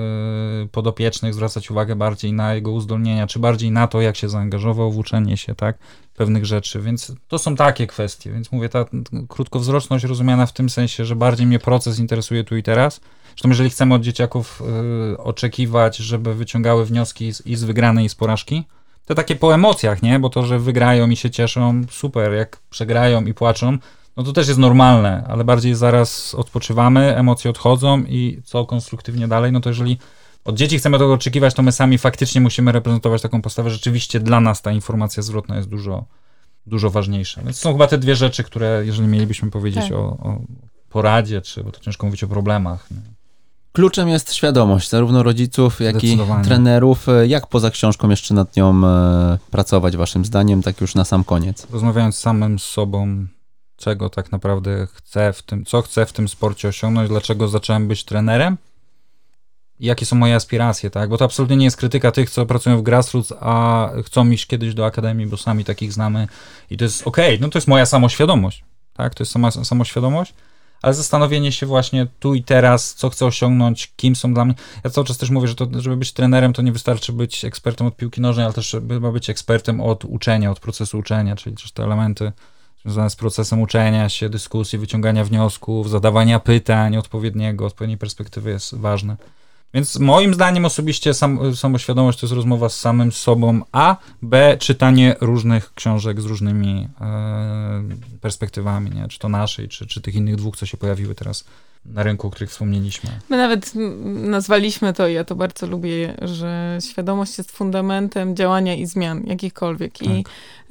yy, podopiecznych zwracać uwagę bardziej na jego uzdolnienia, czy bardziej na to, jak się zaangażował w uczenie się, tak, pewnych rzeczy, więc to są takie kwestie, więc mówię, ta krótkowzroczność rozumiana w tym sensie, że bardziej mnie proces interesuje tu i teraz. Zresztą jeżeli chcemy od dzieciaków yy, oczekiwać, żeby wyciągały wnioski z, i z wygranej, i z porażki, to takie po emocjach, nie? Bo to, że wygrają i się cieszą, super, jak przegrają i płaczą, no to też jest normalne, ale bardziej zaraz odpoczywamy, emocje odchodzą i co konstruktywnie dalej, no to jeżeli od dzieci chcemy tego oczekiwać, to my sami faktycznie musimy reprezentować taką postawę, rzeczywiście dla nas ta informacja zwrotna jest dużo, dużo ważniejsza. Więc są chyba te dwie rzeczy, które, jeżeli mielibyśmy powiedzieć tak. o, o poradzie, czy, bo to ciężko mówić o problemach, nie? Kluczem jest świadomość zarówno rodziców, jak i trenerów. Jak poza książką jeszcze nad nią e, pracować waszym zdaniem, tak już na sam koniec? Rozmawiając z samym sobą, czego tak naprawdę chcę w tym, co chcę w tym sporcie osiągnąć, dlaczego zacząłem być trenerem i jakie są moje aspiracje, tak? Bo to absolutnie nie jest krytyka tych, co pracują w grassroots, a chcą iść kiedyś do akademii, bo sami takich znamy i to jest okej, okay, no to jest moja samoświadomość, tak? To jest sama samoświadomość. Ale zastanowienie się właśnie tu i teraz, co chcę osiągnąć, kim są dla mnie. Ja cały czas też mówię, że to, żeby być trenerem, to nie wystarczy być ekspertem od piłki nożnej, ale też trzeba być ekspertem od uczenia, od procesu uczenia, czyli też te elementy związane z procesem uczenia się, dyskusji, wyciągania wniosków, zadawania pytań odpowiedniego, odpowiedniej perspektywy jest ważne. Więc moim zdaniem osobiście sam, samoświadomość to jest rozmowa z samym sobą, a b, czytanie różnych książek z różnymi e, perspektywami, nie? Czy to naszej, czy, czy tych innych dwóch, co się pojawiły teraz na rynku, o których wspomnieliśmy. My nawet nazwaliśmy to, i ja to bardzo lubię, że świadomość jest fundamentem działania i zmian, jakichkolwiek. Tak. I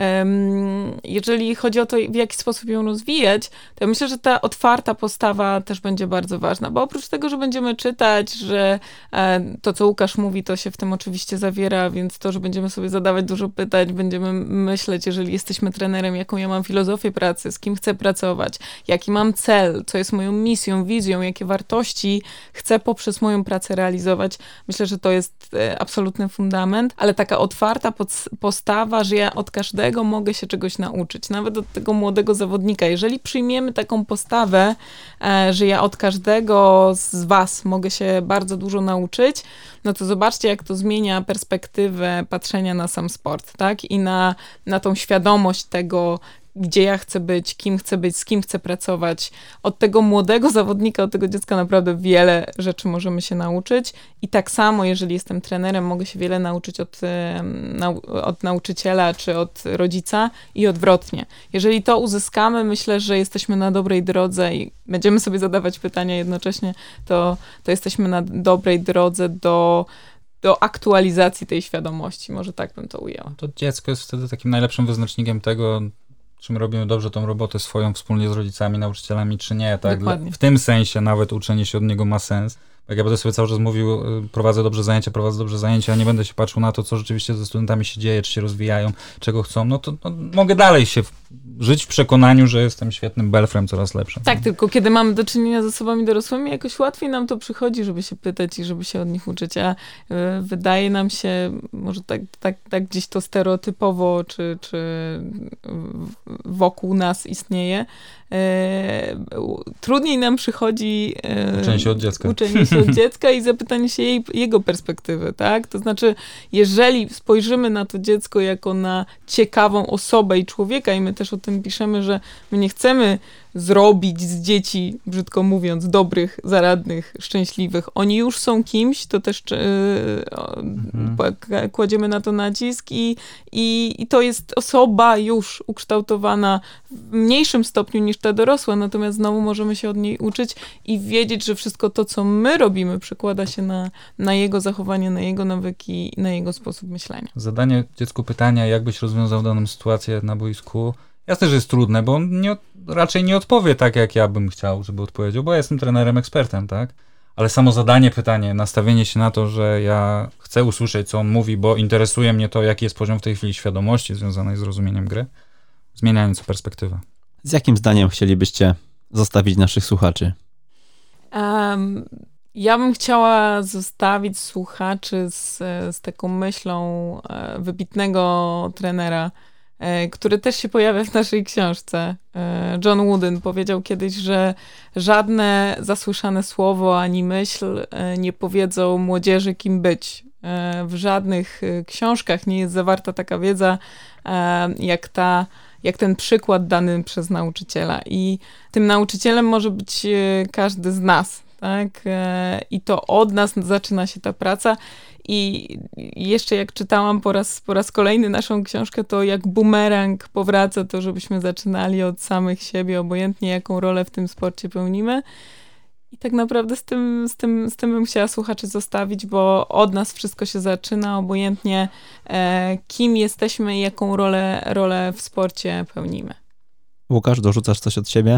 um, jeżeli chodzi o to, w jaki sposób ją rozwijać, to ja myślę, że ta otwarta postawa też będzie bardzo ważna, bo oprócz tego, że będziemy czytać, że e, to, co Łukasz mówi, to się w tym oczywiście zawiera, więc to, że będziemy sobie zadawać dużo pytań, będziemy myśleć, jeżeli jesteśmy trenerem, jaką ja mam filozofię pracy, z kim chcę pracować, jaki mam cel, co jest moją misją, wizją, wizją, jakie wartości chcę poprzez moją pracę realizować. Myślę, że to jest e, absolutny fundament, ale taka otwarta pod, postawa, że ja od każdego mogę się czegoś nauczyć, nawet od tego młodego zawodnika. Jeżeli przyjmiemy taką postawę, e, że ja od każdego z was mogę się bardzo dużo nauczyć, no to zobaczcie, jak to zmienia perspektywę patrzenia na sam sport, tak? I na, na tą świadomość tego, gdzie ja chcę być, kim chcę być, z kim chcę pracować. Od tego młodego zawodnika, od tego dziecka naprawdę wiele rzeczy możemy się nauczyć. I tak samo, jeżeli jestem trenerem, mogę się wiele nauczyć od, nau od nauczyciela czy od rodzica i odwrotnie. Jeżeli to uzyskamy, myślę, że jesteśmy na dobrej drodze i będziemy sobie zadawać pytania jednocześnie, to, to jesteśmy na dobrej drodze do do aktualizacji tej świadomości. Może tak bym to ujęła. To dziecko jest wtedy takim najlepszym wyznacznikiem tego, czy my robimy dobrze tą robotę swoją wspólnie z rodzicami, nauczycielami, czy nie. Tak? Dokładnie. W tym sensie nawet uczenie się od niego ma sens. Jak ja będę sobie cały czas mówił, prowadzę dobrze zajęcia, prowadzę dobrze zajęcia, a nie będę się patrzył na to, co rzeczywiście ze studentami się dzieje, czy się rozwijają, czego chcą, no to no, mogę dalej się w, żyć w przekonaniu, że jestem świetnym belfrem, coraz lepszym. Tak, tylko kiedy mamy do czynienia z osobami dorosłymi, jakoś łatwiej nam to przychodzi, żeby się pytać i żeby się od nich uczyć, a y, wydaje nam się, może tak, tak, tak gdzieś to stereotypowo, czy, czy wokół nas istnieje, y, trudniej nam przychodzi y, uczenie się od dziecka. Uczenie się od dziecka i zapytanie się jej, jego perspektywy, tak? To znaczy, jeżeli spojrzymy na to dziecko jako na ciekawą osobę i człowieka, i my też o tym piszemy, że my nie chcemy zrobić z dzieci, brzydko mówiąc, dobrych, zaradnych, szczęśliwych. Oni już są kimś, to też yy, mhm. kładziemy na to nacisk i, i, i to jest osoba już ukształtowana w mniejszym stopniu niż ta dorosła, natomiast znowu możemy się od niej uczyć i wiedzieć, że wszystko to, co my robimy, przekłada się na, na jego zachowanie, na jego nawyki, na jego sposób myślenia. Zadanie dziecku pytania, jak byś rozwiązał daną sytuację na boisku, jasne, że jest trudne, bo on nie, raczej nie odpowie tak, jak ja bym chciał, żeby odpowiedział, bo ja jestem trenerem, ekspertem, tak? Ale samo zadanie pytanie, nastawienie się na to, że ja chcę usłyszeć, co on mówi, bo interesuje mnie to, jaki jest poziom w tej chwili świadomości związanej z rozumieniem gry, zmienia nieco perspektywę. Z jakim zdaniem chcielibyście zostawić naszych słuchaczy? Um, ja bym chciała zostawić słuchaczy z, z taką myślą wybitnego trenera, który też się pojawia w naszej książce. John Wooden powiedział kiedyś, że żadne zasłyszane słowo ani myśl nie powiedzą młodzieży, kim być. W żadnych książkach nie jest zawarta taka wiedza, jak ta, jak ten przykład dany przez nauczyciela. I tym nauczycielem może być każdy z nas, tak? I to od nas zaczyna się ta praca. I jeszcze jak czytałam po raz, po raz kolejny naszą książkę, to jak bumerang powraca to, żebyśmy zaczynali od samych siebie, obojętnie jaką rolę w tym sporcie pełnimy. I tak naprawdę z tym, z tym, z tym bym chciała słuchaczy zostawić, bo od nas wszystko się zaczyna, obojętnie e, kim jesteśmy i jaką rolę, rolę w sporcie pełnimy. Łukasz, dorzucasz coś od siebie?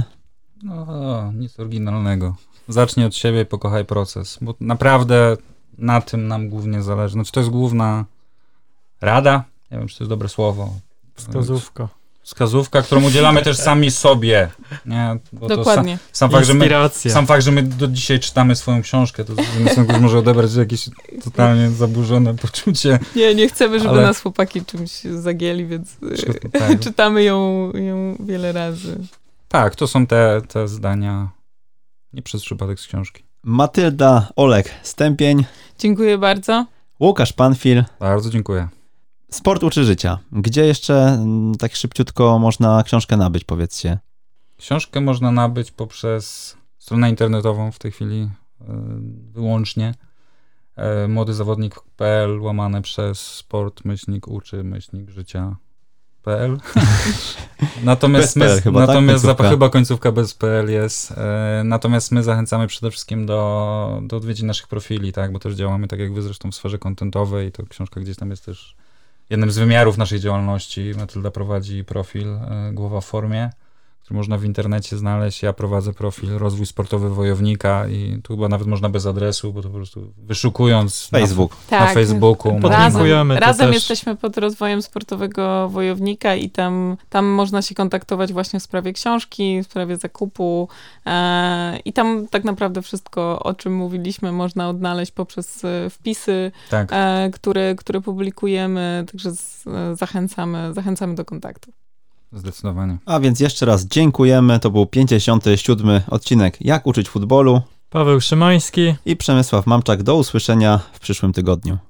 No, nic oryginalnego. Zacznij od siebie i pokochaj proces, bo naprawdę na tym nam głównie zależy. Znaczy to jest główna rada, nie wiem, czy to jest dobre słowo. Wskazówka. Wskazówka, którą udzielamy też sami sobie. Nie? Bo Dokładnie. To sam, sam, fakt, że my, Inspiracja. sam fakt, że my do dzisiaj czytamy swoją książkę, to z może odebrać jakieś totalnie zaburzone poczucie. Nie, nie chcemy, żeby ale... nas chłopaki czymś zagięli, więc tak. czytamy ją, ją wiele razy. Tak, to są te, te zdania nie przez przypadek z książki. Matylda Olek Stępień. Dziękuję bardzo. Łukasz Panfil. Bardzo dziękuję. Sport uczy życia. Gdzie jeszcze tak szybciutko można książkę nabyć, powiedzcie? Książkę można nabyć poprzez stronę internetową w tej chwili yy, wyłącznie. Yy, młodyzawodnik kropka p l łamane przez sport, myślnik, uczy, myślnik, życia. .pl. Natomiast my, bez chyba, natomiast tak? Końcówka. chyba końcówka bez P L jest. E, natomiast my zachęcamy przede wszystkim do, do odwiedzin naszych profili, tak, bo też działamy tak jak wy zresztą w sferze kontentowej i to książka gdzieś tam jest też jednym z wymiarów naszej działalności. Matylda prowadzi profil e, Głowa w formie, który można w internecie znaleźć. Ja prowadzę profil Rozwój Sportowy Wojownika i tu chyba nawet można bez adresu, bo to po prostu wyszukując Facebook. na, na Facebooku. Tak. można- Podlinkujemy to Razem też. jesteśmy pod rozwojem sportowego Wojownika i tam, tam można się kontaktować właśnie w sprawie książki, w sprawie zakupu e, i tam tak naprawdę wszystko, o czym mówiliśmy, można odnaleźć poprzez e, wpisy, Tak. e, które, które publikujemy, także z, zachęcamy, zachęcamy do kontaktu. Zdecydowanie. A więc jeszcze raz dziękujemy. To był pięćdziesiąty siódmy odcinek Jak uczyć futbolu Paweł Szymański. i Przemysław Mamczak. Do usłyszenia w przyszłym tygodniu.